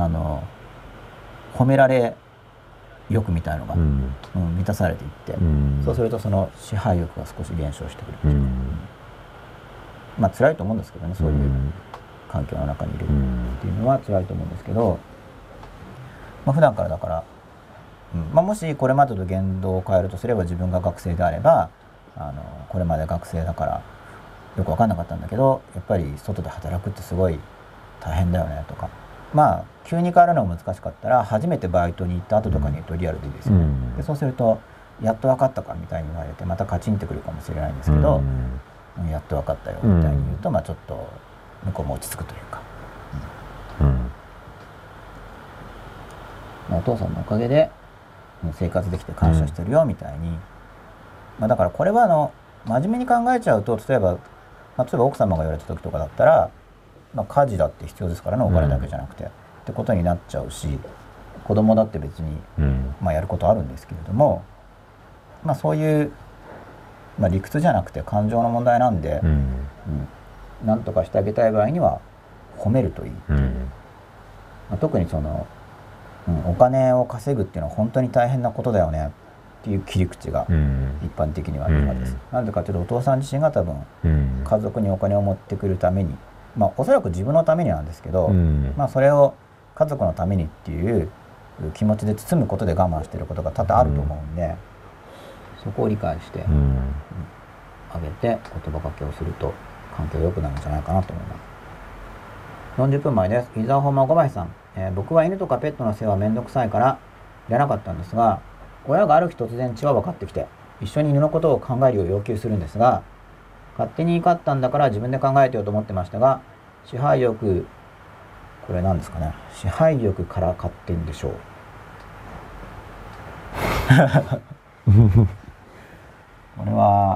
褒められ欲みたいのが、満たされていって、そうするとその支配欲が少し減少してくるっていうか、まあ辛いと思うんですけどね、そういう環境の中にいるっていうのは辛いと思うんですけど、まあ、普段からだから、まあ、もしこれまでと言動を変えるとすれば、自分が学生であればこれまで学生だからよく分かんなかったんだけど、やっぱり外で働くってすごい大変だよねとか、まあ急に変わるのが難しかったら初めてバイトに行った後とかに言うとリアルでいいですよね。でそうするとやっと分かったかみたいに言われてまたカチンってくるかもしれないんですけど、やっと分かったよみたいに言うと、まあちょっと向こうも落ち着くというか、お父さんのおかげで生活できて感謝してるよみたいに、まあ、だからこれは真面目に考えちゃうと、例えば奥様が言われた時とかだったら、まあ、家事だって必要ですからね、お金だけじゃなくて、ってことになっちゃうし、子供だって別に、まあ、やることあるんですけれども、まあ、そういう、まあ、理屈じゃなくて感情の問題なんで、なんとかしてあげたい場合には褒めるといいっていう、まあ、特にお金を稼ぐっていうのは本当に大変なことだよねっていう切り口が一般的には今です。なんでかというと、お父さん自身が多分家族にお金を持ってくるために、まあおそらく自分のためになんですけど、まあそれを家族のためにっていう気持ちで包むことで我慢していることが多々あると思うんで、そこを理解してあげて言葉かけをすると関係が良くなるんじゃないかなと思います。40分前です。伊沢本間小林さん、僕は犬とかペットの世話はめんどくさいからやらなかったんですが、親がある日突然チワワ飼ってきて一緒に犬のことを考えるよう要求するんですが、勝手に飼ったんだから自分で考えてようと思ってましたが、支配欲、これ何ですかね、支配欲から飼ってんでしょうこれは、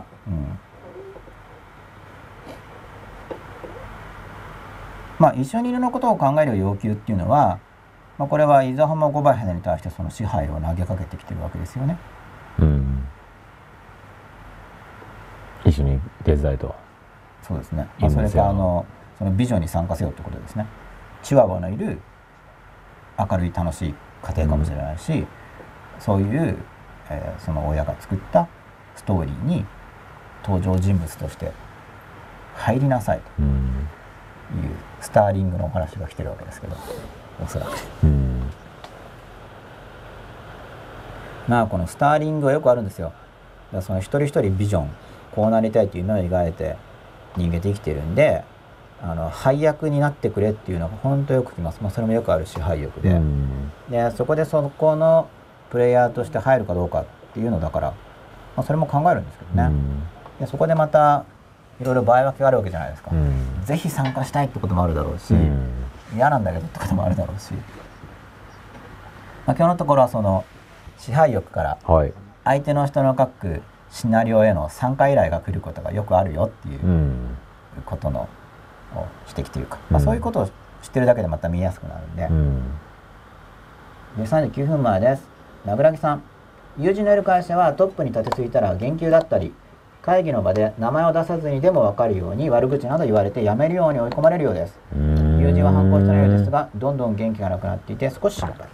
まあ一緒に犬のことを考える要求っていうのは、まあ、これは伊沢浜五倍花に対してその支配を投げかけてきてるわけですよね。 一緒に手伝いと。 そうですね。まあ、それからそのビジョンに参加せよってことですね。チワワのいる明るい楽しい家庭かもしれないし、そういう、その親が作ったストーリーに登場人物として入りなさいというスターリングのお話が来てるわけですけど、おそらく。まあこのスターリングはよくあるんですよ。だからその一人一人ビジョン、こうなりたいという夢を描いて人間で生きているんで、配役になってくれっていうのが本当よく聞きます。まあ、それもよくある支配欲で、でそこでそこのプレイヤーとして入るかどうかっていうのだから、まあ、それも考えるんですけどね。でそこでまたいろいろ場合分けがあるわけじゃないですか。ぜひ参加したいってこともあるだろうし、嫌なんだけどってこともあるだろうし、まあ、今日のところはその支配欲から相手の人の書くシナリオへの参加依頼が来ることがよくあるよっていうことの指摘というか、まあ、そういうことを知ってるだけでまた見やすくなるんで。で39分前です。名倉木さん、友人のいる会社はトップに立てついたら減給だったり、会議の場で名前を出さずにでも分かるように悪口など言われて辞めるように追い込まれるようです。友人は反抗したようですが、どんどん元気がなくなっていて少し心配。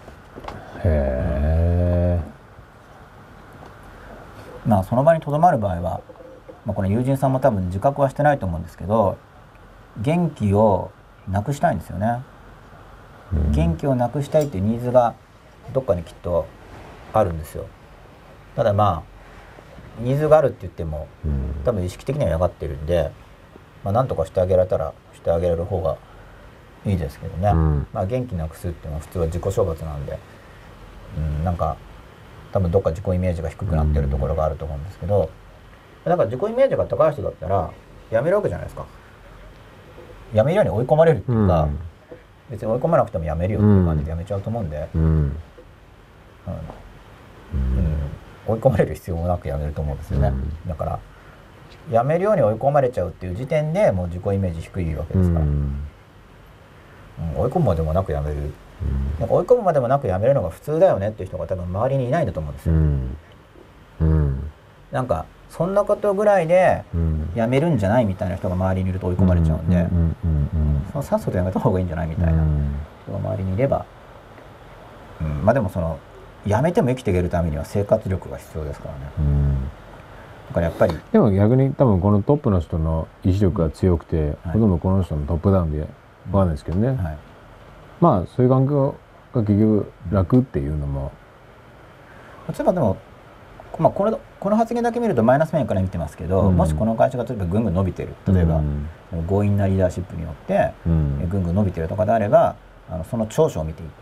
まあその場にとどまる場合は、まあ、この友人さんも多分自覚はしてないと思うんですけど、元気をなくしたいんですよね。元気をなくしたいっていうニーズがどっかにきっとあるんですよ。ただまあニーズがあるって言っても多分意識的には分かってるんで、まあ、何とかしてあげられたらしてあげられる方がいいですけどね。まあ、元気なくすっていうのは普通は自己処罰なんで、なんか多分どっか自己イメージが低くなってるところがあると思うんですけど、だから自己イメージが高い人だったらやめるわけじゃないですか。やめるように追い込まれるっていうか、別に追い込まなくてもやめるよっていう感じでやめちゃうと思うんで、 追い込まれる必要もなく辞めると思うんですよね。だから辞めるように追い込まれちゃうっていう時点でもう自己イメージ低いわけですから、追い込むまでもなく辞める、なんか追い込むまでもなく辞めるのが普通だよねっていう人が多分周りにいないんだと思うんですよ。なんかそんなことぐらいで辞めるんじゃないみたいな人が周りにいると追い込まれちゃうんで、さっさと辞めた方がいいんじゃないみたいな人が周りにいれば、まあでもその辞めても生きていけるためには生活力が必要ですからね。だからやっぱりでも逆に多分このトップの人の意志力が強くて、ほとんどこの人のトップダウンで分かんないですけどね、まあそういう環境が結局楽っていうのも、 例えばでも、まあ、この発言だけ見るとマイナス面から見てますけど、もしこの会社が例えばぐんぐん伸びてる、例えば、強引なリーダーシップによってぐんぐん伸びてるとかであれば、その長所を見ていって、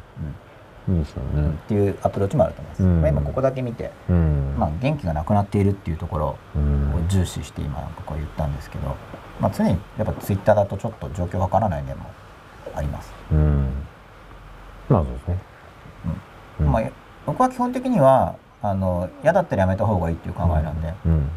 っていうアプローチもあると思います。まあ、今ここだけ見て、まあ、元気がなくなっているっていうところを重視して今ここは言ったんですけど、まあ、常にやっぱツイッターだとちょっと状況わからない面もあります。 まあそうですね。 まあ僕は基本的には嫌だったらやめた方がいいっていう考えなんで、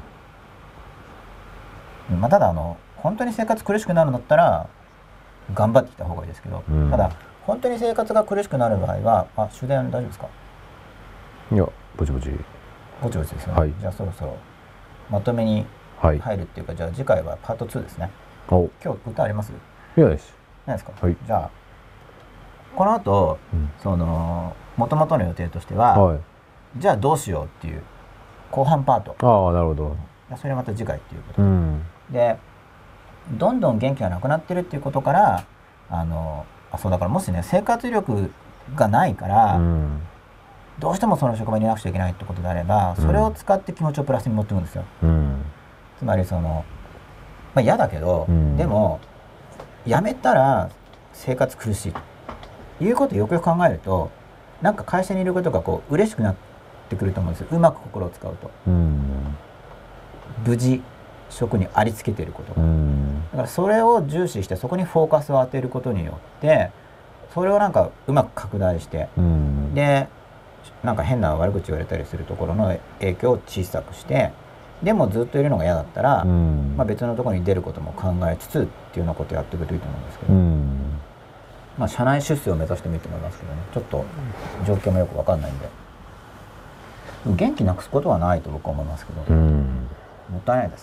まあ、ただ本当に生活苦しくなるんだったら頑張ってきた方がいいですけど、ただ本当に生活が苦しくなる場合は、終電大丈夫ですか？ いや、ぼちぼちですよね。じゃあそろそろまとめに入るっていうか、じゃあ次回はパート2ですね。今日歌あります？ いやです。 ないですか？じゃあこの後、その元々の予定としては、じゃあどうしようっていう後半パート。 なるほど。 それまた次回っていうことで、どんどん元気がなくなってるっていうことから、そうだからもしね、生活力がないから、どうしてもその職場にいなくちゃいけないってことであれば、それを使って気持ちをプラスに持っていくんですよ。つまりまあ嫌だけど、でも辞めたら生活苦しいということをよくよく考えると、なんか会社にいることがこう嬉しくなってくると思うんですよ。うまく心を使うと、無事職にありつけていることが、だからそれを重視してそこにフォーカスを当てることによって、それをなんかうまく拡大して、でなんか変な悪口言われたりするところの影響を小さくして、でもずっといるのが嫌だったら、まあ、別のところに出ることも考えつつっていうようなことをやっていくといいと思うんですけど、まあ社内出世を目指してもいいと思いますけどね。ちょっと状況もよく分かんないんで、元気なくすことはないと僕は思いますけど、もったいないです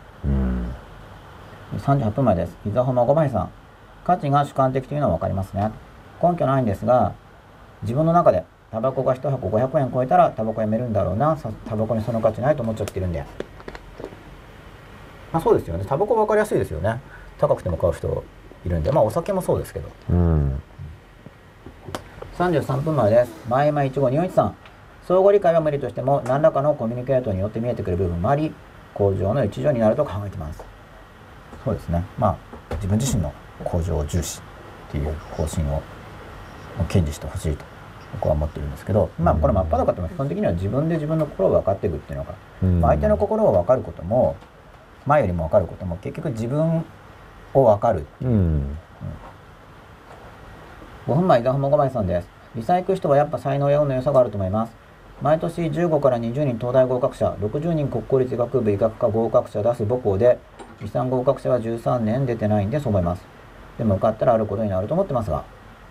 。38分前です。伊沢浜5枚さん、価値が主観的というのは分かりますね。根拠ないんですが、自分の中でタバコが1箱500円超えたらタバコやめるんだろうな、タバコにその価値ないと思っちゃってるんで。まあそうですよね。タバコ分かりやすいですよね。高くても買う人いるんで、まあお酒もそうですけど。33分前です。前々1521さん、相互理解は無理としても何らかのコミュニケートによって見えてくる部分もあり、向上の一助になると考えています。そうですね。まあ自分自身の向上を重視っていう方針を堅持してほしいと僕は思ってるんですけど、まあこれ真っ裸でも基本的には自分で自分の心を分かっていくっていうのが、まあ、相手の心を分かることも前よりも分かることも結局自分を分かるっていう、5分前、伊沢浜5枚さんです。リサイクル人はやっぱ才能や運の良さがあると思います。毎年15から20人東大合格者、60人国公立医学部医学科合格者出す母校で、遺産合格者は13年出てないんでそう思います。でも受かったらあることになると思ってますが、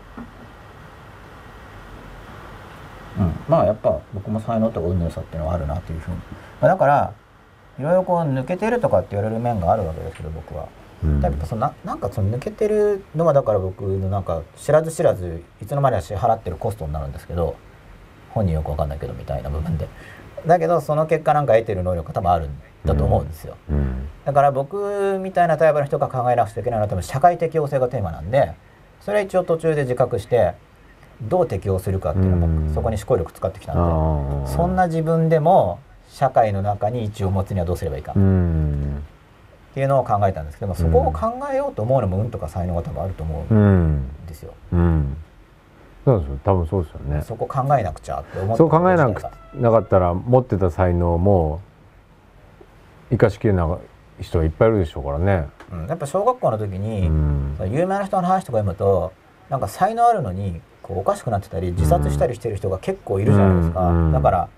まあやっぱ僕も才能とか運の良さっていうのはあるなというふうに、だからいろいろこう抜けてるとかって言われる面があるわけですけど、僕はやっぱなんかその抜けてるのはだから僕のなんか知らず知らずいつの間にか支払ってるコストになるんですけど、本人よく分かんないけどみたいな部分で、だけどその結果なんか得てる能力が多分あるんだと思うんですよ。だから僕みたいなタイプの人が考えなくちゃいけないのは多分社会適応性がテーマなんで、それは一応途中で自覚してどう適応するかっていうのもそこに思考力使ってきたんで、そんな自分でも社会の中に一応持つにはどうすればいいかっていうのを考えたんですけども、そこを考えようと思うのも運とか才能が多分あると思うんですよ。 そうですよ、多分そうですよね。 そこ考えなくちゃって思って、 そう考えなかったら持ってた才能も生かしきれない人がいっぱいいるでしょうからね。 やっぱ小学校の時に、有名な人の話とか読むとなんか才能あるのにこうおかしくなってたり自殺したりしてる人が結構いるじゃないですか。だから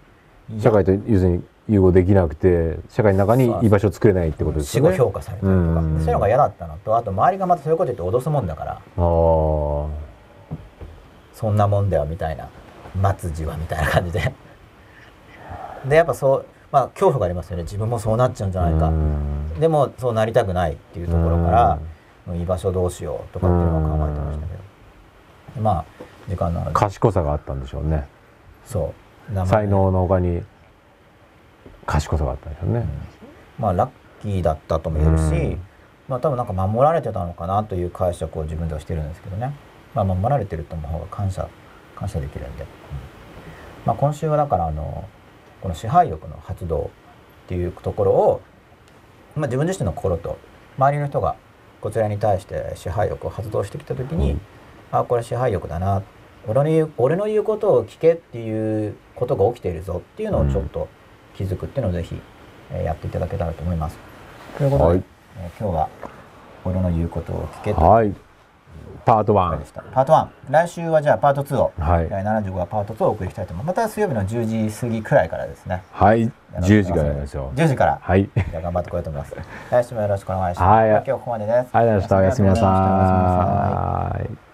社会と要するに融合できなくて社会の中に居場所を作れないってことですよね。 死後評価されたりとか、そういうのが嫌だったのと、あと周りがまたそういうこと言って脅すもんだから、そんなもんだよみたいな、末路はみたいな感じででやっぱそう、まあ恐怖がありますよね。自分もそうなっちゃうんじゃないか、でもそうなりたくないっていうところから居場所どうしようとかっていうのを考えてましたけど、まあ時間のある賢さがあったんでしょうね。 そう才能の他に賢さがあったんでしょうね。 まあラッキーだったとも言えるし、まあ多分なんか守られてたのかなという解釈を自分ではしてるんですけどね。まあ守られてると思う方が感謝できるんで、まあ今週はだからこの支配欲の発動っていうところを、まあ自分自身の心と周りの人がこちらに対して支配欲を発動してきた時に、あ、これ支配欲だな、俺の言うことを聞けっていうことが起きているぞっていうのをちょっと気づくっていうのをぜひやっていただけたらと思います。ということで、今日は俺の言うことを聞けというパート1 でした。パート1、来週はじゃあパート2を、 第 75話パート2をお送りしたいと思います。また水曜日の10時過ぎくらいからですね。 はい、10時からですよ。 10時から。 はい。 じゃあ頑張ってこようと思います。来週もよろしくお願いします。今日はここまでです。 ありがとうございました。おやすみなさい。